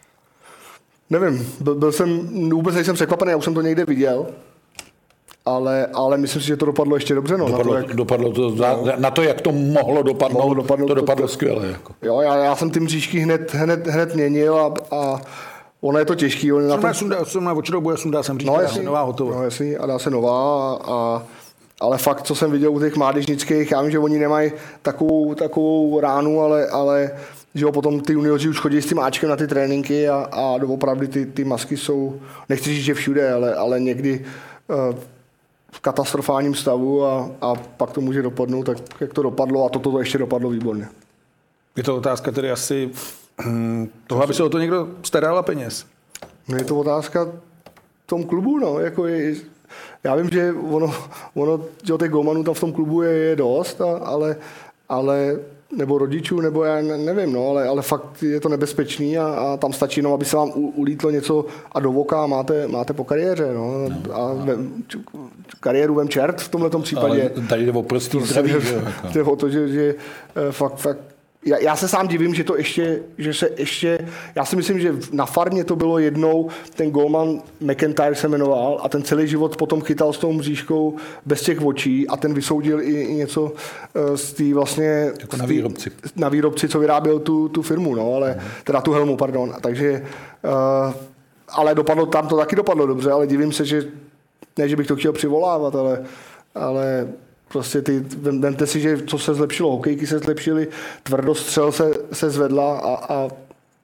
nevím, byl, byl jsem, vůbec nejsem překvapený, já už jsem to někde viděl, ale, ale myslím si, že to dopadlo ještě dobře. No, dopadlo, na, to, jak, dopadlo to, no, na to, jak to mohlo dopadnout, mohlo dopadnout to dopadlo to, skvěle. Jako. Jo, já, já jsem ty mřížky hned, hned, hned měnil a, a ono je to těžký. Jsem na očdobu, já jsem dá sem říct, no, dá se nová hotová. No jasný, a dá se nová, a, ale fakt, co jsem viděl u těch mládežnických, já vím, že oni nemají takovou, takovou ránu, ale, ale že jo, potom ty junioři už chodí s tím áčkem na ty tréninky a, a doopravdy ty, ty masky jsou, nechci říct, že všude, ale, ale někdy uh, v katastrofálním stavu a, a pak to může dopadnout, tak jak to dopadlo, a toto to ještě dopadlo výborně. Je to otázka tedy asi hm, toho, aby se o to někdo staral a peněz. No je to otázka tom klubu, no, jako je, já vím, že ono, ono že těch golmanů tam v tom klubu je, je dost, a, ale, ale nebo rodičů, nebo já nevím, no, ale, ale fakt je to nebezpečný a, a tam stačí jenom, aby se vám u, ulítlo něco a do voka máte, máte po kariéře, no, no a vem, kariéru vem čert v tomhletom případě. Ale tady jde o prostý zdraví, jde o to, že, že fakt, fakt Já, já se sám divím, že to ještě, že se ještě, já si myslím, že na farmě to bylo jednou, ten golman McIntyre se jmenoval a ten celý život potom chytal s tou mřížkou bez těch očí a ten vysoudil i, i něco uh, z té vlastně... Jako na výrobci. Tý, na výrobci, co vyráběl tu, tu firmu, no, ale, mm. teda tu helmu, pardon. Takže, uh, ale dopadlo, tam to taky dopadlo dobře, ale divím se, že, ne, že bych to chtěl přivolávat, ale, ale prostě ty, vemte si, že co se zlepšilo, hokejky se zlepšily, tvrdostřel se se zvedla a, a,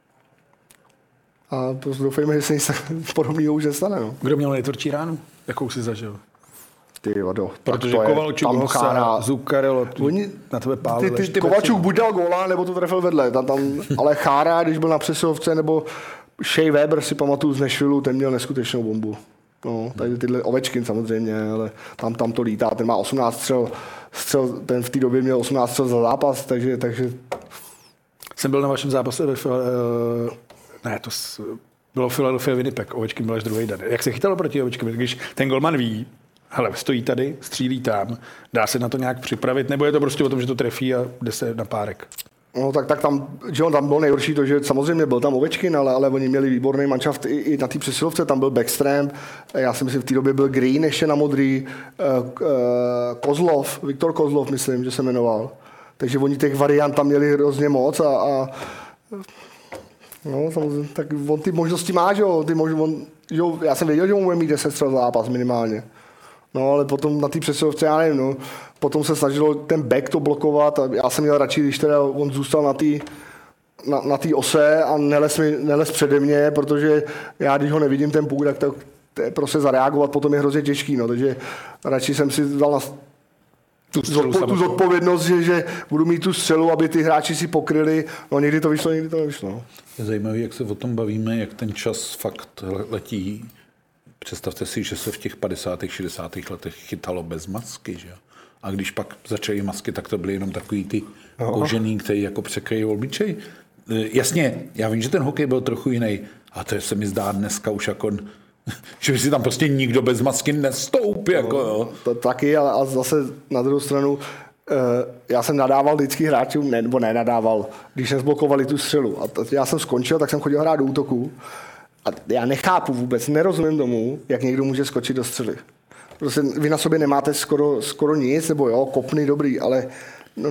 a prostě doufejme, že se nic podobného už nestane. No. Kdo měl nejtvrdší ránu? Jakou jsi zažil? Ty vado. Protože Kovalčuk, Hossa, Zuccarello, na tebe pálili. Ty, ty, ty Kovalčuk buď dal góla, nebo to trefil vedle. Tam, tam, ale Chára, když byl na přesilovce, nebo Shea Weber, si pamatuju z Nashvilleu, ten měl neskutečnou bombu. No, tady tyhle Ovečkin samozřejmě, ale tam, tam to lítá. Ten má osmnáct střel, střel ten v té době měl osmnáct střel za zápas, takže, takže... Jsem byl na vašem zápase ve Fil... Ne, to bylo Philadelphia Winnipeg, Ovečkin byl až druhý den. Jak se chytalo proti Ovečkovi, když ten golman ví, hele, stojí tady, střílí tam, dá se na to nějak připravit, nebo je to prostě o tom, že to trefí a jde se na párek? No tak, tak tam, že on tam byl nejhorší to, že samozřejmě byl tam Ovečkin, ale, ale oni měli výborný manšaft i, i na té přesilovce, tam byl Backstrom, já si myslím, v té době byl Green ještě na modrý, uh, uh, Kozlov, Viktor Kozlov, myslím, že se jmenoval. Takže oni těch variant tam měli hrozně moc a, a no, samozřejmě, tak on ty možnosti má, že jo, ty mož, on, že jo, já jsem věděl, že on bude mít deset střel zápas minimálně. No, ale potom na té přesilovce, já nevím, no, potom se snažilo ten back to blokovat a já jsem měl radši, když teda on zůstal na té na, na ose a nelez, mi, nelez přede mě, protože já, když ho nevidím ten půl, tak to, to je prostě zareagovat potom je hrozně těžký, no, takže radši jsem si dal na tu, zodpo, tu zodpovědnost, že, že budu mít tu střelu, aby ty hráči si pokryli, no někdy to vyšlo, někdy to nevyšlo. No. Je zajímavé, jak se o tom bavíme, jak ten čas fakt letí. Představte si, že se v těch padesátých šedesátých letech chytalo bez masky, že? A když pak začaly masky, tak to byly jenom takový ty no. kožený, který jako překryjí obličej. Jasně, já vím, že ten hokej byl trochu jiný, a to se mi zdá dneska už jako, že by si tam prostě nikdo bez masky nestoup. Jako, no, jo. To taky, ale a zase na druhou stranu, já jsem nadával vždycky hráčům, ne, nebo nenadával, když nezblokovali tu střelu. A já jsem skončil, tak jsem chodil hrát do útoku. A já nechápu vůbec, nerozumím tomu, jak někdo může skočit do střely. Prostě vy na sobě nemáte skoro, skoro nic, nebo jo, kopny dobrý, ale no,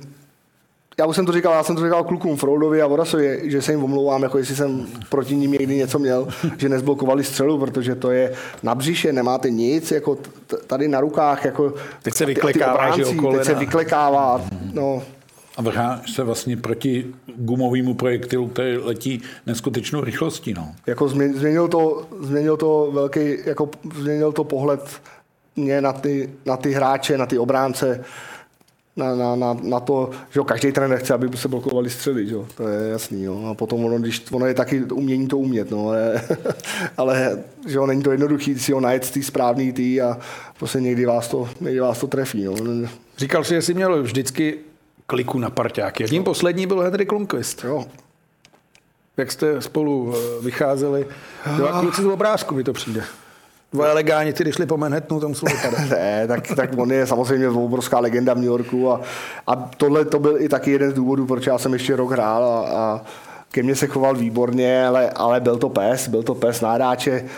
já už jsem to říkal, já jsem to říkal klukům Froudovi a Vorasovi, že se jim omlouvám, jako jestli jsem proti ním někdy něco měl, že nezblokovali střelu, protože to je na břiše, nemáte nic, jako tady na rukách, jako teď se vyklekává, že okolo, teď se vyklekává, no. A vrháš se vlastně proti gumovému projektilu, který letí neskutečnou rychlostí. No. Jako změnil to, změnil to velký, jako změnil to pohled mě na ty, na ty hráče, na ty obránce, na, na, na, na to, že každý trenér chce, aby se blokovali střely, že? To je jasný. Jo. A potom ono, když, ono je taky umění to umět, no, ale, ale že není to jednoduchý si ho najet z té správný tý a prostě někdy vás to, někdy vás to trefí. No. Říkal jsi, že jsi měl vždycky kliku na parťáky. Tím poslední byl Henrik Lundqvist. Jo. Jak jste spolu vycházeli? Dva kluci z obrázku mi to přijde. Dva elegáni, ty, když šli po Manhattanu, tam jsou vypadat. Ne, tak, tak on je samozřejmě obrovská legenda v New Yorku a, a tohle to byl i taky jeden z důvodů, proč já jsem ještě rok hrál a, a ke mně se choval výborně, ale, ale byl to pes, byl to pes nádáče. E,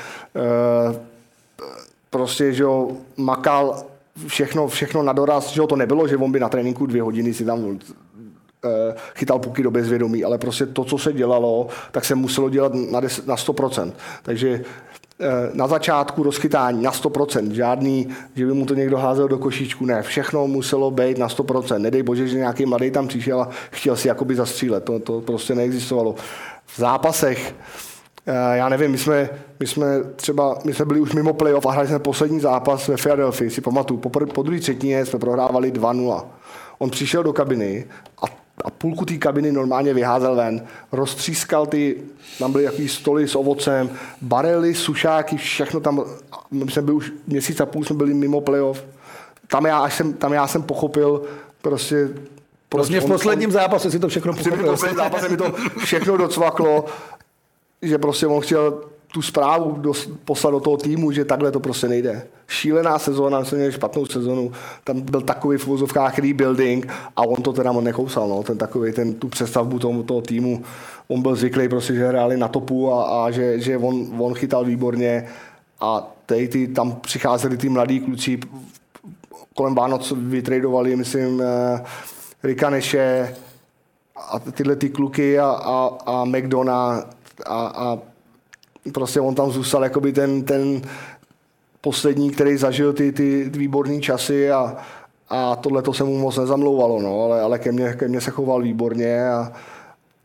prostě, že jo, makal všechno, všechno na doraz, že jo, to nebylo, že on by na tréninku dvě hodiny si tam chytal puky do bezvědomí, ale prostě to, co se dělalo, tak se muselo dělat na, deset, na sto procent. Takže na začátku rozchytání na sto procent, žádný, že by mu to někdo házel do košíčku, ne, všechno muselo být na sto procent. Nedej bože, že nějaký mladý tam přišel a chtěl si jakoby zastřílet, to, to prostě neexistovalo. V zápasech, já nevím, my jsme, my jsme třeba, my jsme byli už mimo playoff a hráli jsme poslední zápas ve Philadelphii, si pamatuju, po, po druhé třetině jsme prohrávali dva nula. On přišel do kabiny a, a půlku té kabiny normálně vyházel ven, roztřískal ty, tam byly jaký stoly s ovocem, barely, sušáky, všechno tam, my jsme byli už měsíc a půl, jsme byli mimo playoff. Tam já, až jsem, tam já jsem pochopil prostě... Vlastně v posledním zápase si to všechno pochopil. V posledním zápase mi to všechno docvaklo, že prostě on chtěl tu zprávu dos, poslat do toho týmu, že takhle to prostě nejde. Šílená sezóna, jsme měli špatnou sezonu, tam byl takový v uvozovkách rebuilding a on to teda on nekousal, no, ten takový, ten, tu přestavbu toho, toho týmu. On byl zvyklý prostě, že hráli na topu a, a že, že on, on chytal výborně a tej, ty, tam přicházeli ty mladí kluci, kolem Vánoc vytradovali, myslím, Ricka Neše a tyhle ty kluky a, a, a McDonough a, a prostě on tam zůstal jakoby ten, ten poslední, který zažil ty, ty výborné časy a, a tohle to se mu moc nezamlouvalo, no, ale, ale ke mně, ke mně se choval výborně a,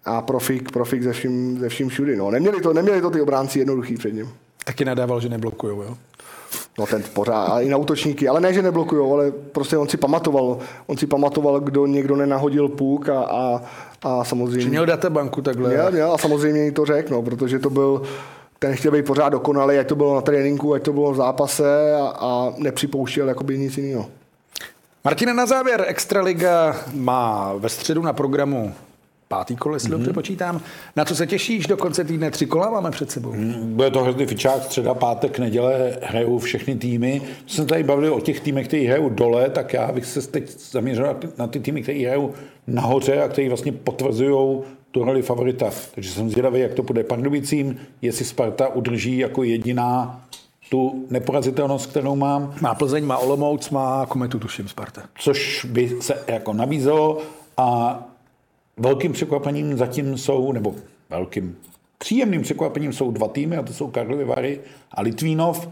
a profik, profik ze vším, ze vším všudy. No. Neměli, to, neměli to ty obránci jednoduchý před ním. Taky nadával, že neblokujou, jo? No ten pořád, ale i na útočníky, ale ne, že neblokujou, ale prostě on si pamatoval, on si pamatoval, kdo někdo nenahodil puk a, a, a samozřejmě... Že měl databanku takhle. Měl, měl a samozřejmě to řekl, no, protože to byl, ten chtěl být pořád dokonalý, ať to bylo na tréninku, ať to bylo v zápase a, a nepřipouštěl jakoby nic jiného. Martine, na závěr, Extraliga má ve středu na programu pátý kolo, jestli mm-hmm. dobře počítám. Na co se těšíš? Do konce týdne tři kola máme před sebou. Bude to hrozný fičák, středa, pátek, neděle hrajou všechny týmy. Když jsme tady bavili o těch týmech, kteří hrajou dole, tak já bych se teď zaměřil na ty týmy, kteří hrajou nahoře a kteří vlastně potvrzují tu roli favorita. Takže jsem zvědavý, jak to bude Pardubicím, jestli Sparta udrží jako jediná tu neporazitelnost, kterou mám. Má Plzeň, má Olomouc, má Kometu, tuším, Sparta. Což by se jako nabízelo a velkým překvapením zatím jsou, nebo velkým příjemným překvapením jsou dva týmy, a to jsou Karlovy Vary a Litvínov.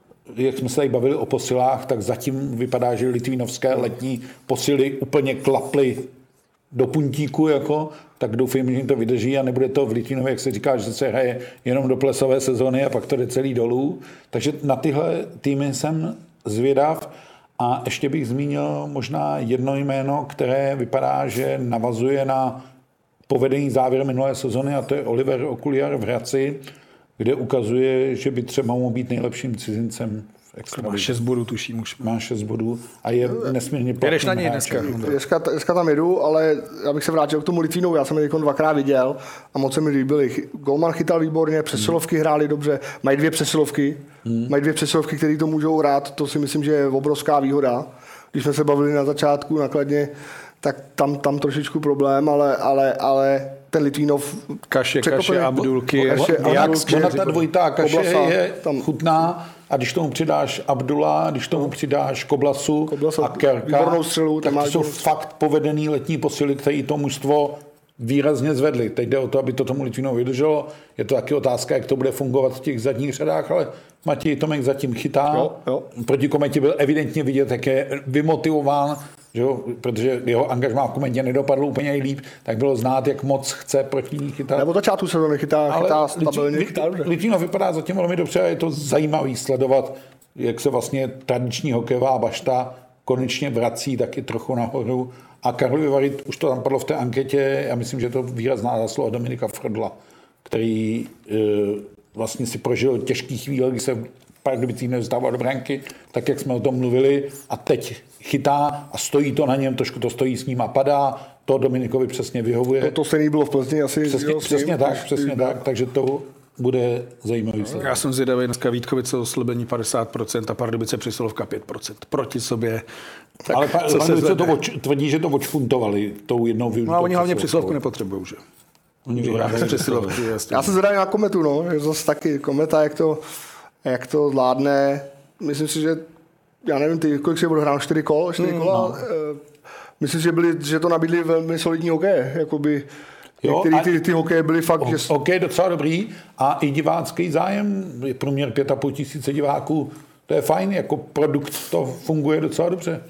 Jak jsme se tady bavili o posilách, tak zatím vypadá, že litvínovské letní posily úplně klaply do puntíku, jako, tak doufám, že jim to vydrží a nebude to v Litvínově, jak se říká, že se hraje jenom do plesové sezóny a pak to jde celý dolů. Takže na tyhle týmy jsem zvědav. A ještě bych zmínil možná jedno jméno, které vypadá, že navazuje na povedený závěr minulé sezony, a to je Oliver Okuliar v Hradci, kde ukazuje, že by třeba mohl být nejlepším cizincem v extralize. Má šest bodů, tuším už. Má šest bodů a je nesmírně platný. Jedeš na něj dneska. dneska. Dneska tam jedu, ale já bych se vrátil k tomu Litvínovu. Já jsem je dvakrát viděl a moc se mi líbili. Golman chytal výborně, přesilovky hmm. hráli dobře, mají dvě přesilovky, hmm. mají dvě přesilovky, které to můžou hrát. To si myslím, že je obrovská výhoda. Když jsme se bavili na začátku nakladně, tak tam, tam trošičku problém, ale, ale, ale ten Litvínov... Kaše, Kaše, Abdulky. Jak ona ta dvojitá Kaše je tam chutná a když tomu přidáš Abdula, když tomu přidáš Koblasu, Koblasa, a Kerka, střelu, tak to jsou fakt povedený letní posily, které to mužstvo výrazně zvedly. Teď jde o to, aby to tomu Litvínovi vydrželo. Je to taky otázka, jak to bude fungovat v těch zadních řadách, ale Matěj Tomek zatím chytá. Jo, jo. Proti Kometě byl evidentně vidět, jak je vymotivován, že jo, protože jeho angažmá v Kometě nedopadlo úplně líp, tak bylo znát, jak moc chce proti ní chytat. Nebo začátku se to nechytá, chytá stabilně. Litvínov vypadá zatím velmi dobře a je to zajímavý sledovat, jak se vlastně tradiční hokejová bašta konečně vrací taky trochu nahoru. A Karlovy Vary, už to tam padlo v té anketě, já myslím, že je to výrazná zásluha Dominika Frodla, který e, vlastně si prožil těžký chvíle, kdy se v Pardubicích nedostával do branky, tak jak jsme o tom mluvili, a teď chytá a stojí to na něm, trošku to stojí s ním a padá, to Dominikovi přesně vyhovuje. To, to se nebylo v Plzni asi. Přesně, jo, přesně ním, tak, přesně tak, takže to bude zajímavý. No, já jsem zvědavý, dneska Vítkovice oslabení padesát procent a Pardubice přesilovka pět procent. Proti sobě. Tak, ale Pardubice to oč, tvrdí, že to odšpuntovali tou jednou využitou. No a oni hlavně přesilovku nepotřebují, že? Oni vyhrávají přesilovky. Já jsem zvědavý na Kometu, no. Je zase taky Kometa, jak to, jak to zvládne. Myslím si, že já nevím, ty, kolik se budou hrát, čtyři kol, čtyři mm, kola. No. Myslím si, že, byli, že to nabídli velmi solidní hokeje, jakoby. Jo, některý ty, ty hokeje byly fakt... Ho, že... Hokej docela dobrý a i divácký zájem, je průměr pět a půl tisíce diváků, to je fajn, jako produkt to funguje docela dobře.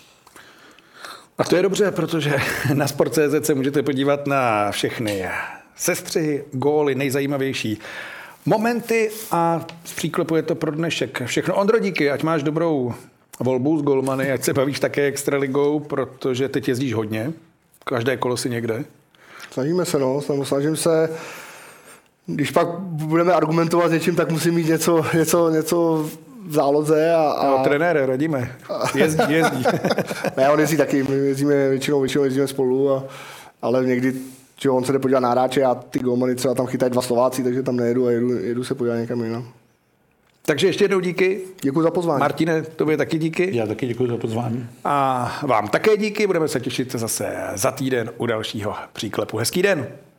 A to je dobře, protože na sport tečka cé zet se můžete podívat na všechny sestřihy, góly, nejzajímavější momenty a z příklepu je to pro dnešek všechno. Ondro, díky, ať máš dobrou volbu s golmany, ať se bavíš také extraligou, protože teď jezdíš hodně, každé kolo si někde. Snažíme se, no, snažím se, když pak budeme argumentovat něčím, tak musím mít něco, něco, něco v záloze a... a... No, trenére, radíme. Jezdí, jezdí. Ne, on jezdí taky, my jezdíme většinou, většinou jezdíme spolu, a, ale někdy, že on se jde podívat na hráče a ty golmany třeba tam chytají dva Slováci, takže tam nejedu a jedu, jedu se podívat někam jinam. Takže ještě jednou díky. Děkuji za pozvání. Martine, tobě taky díky. Já taky děkuji za pozvání. A vám také díky, budeme se těšit zase za týden u dalšího příklepu. Hezký den.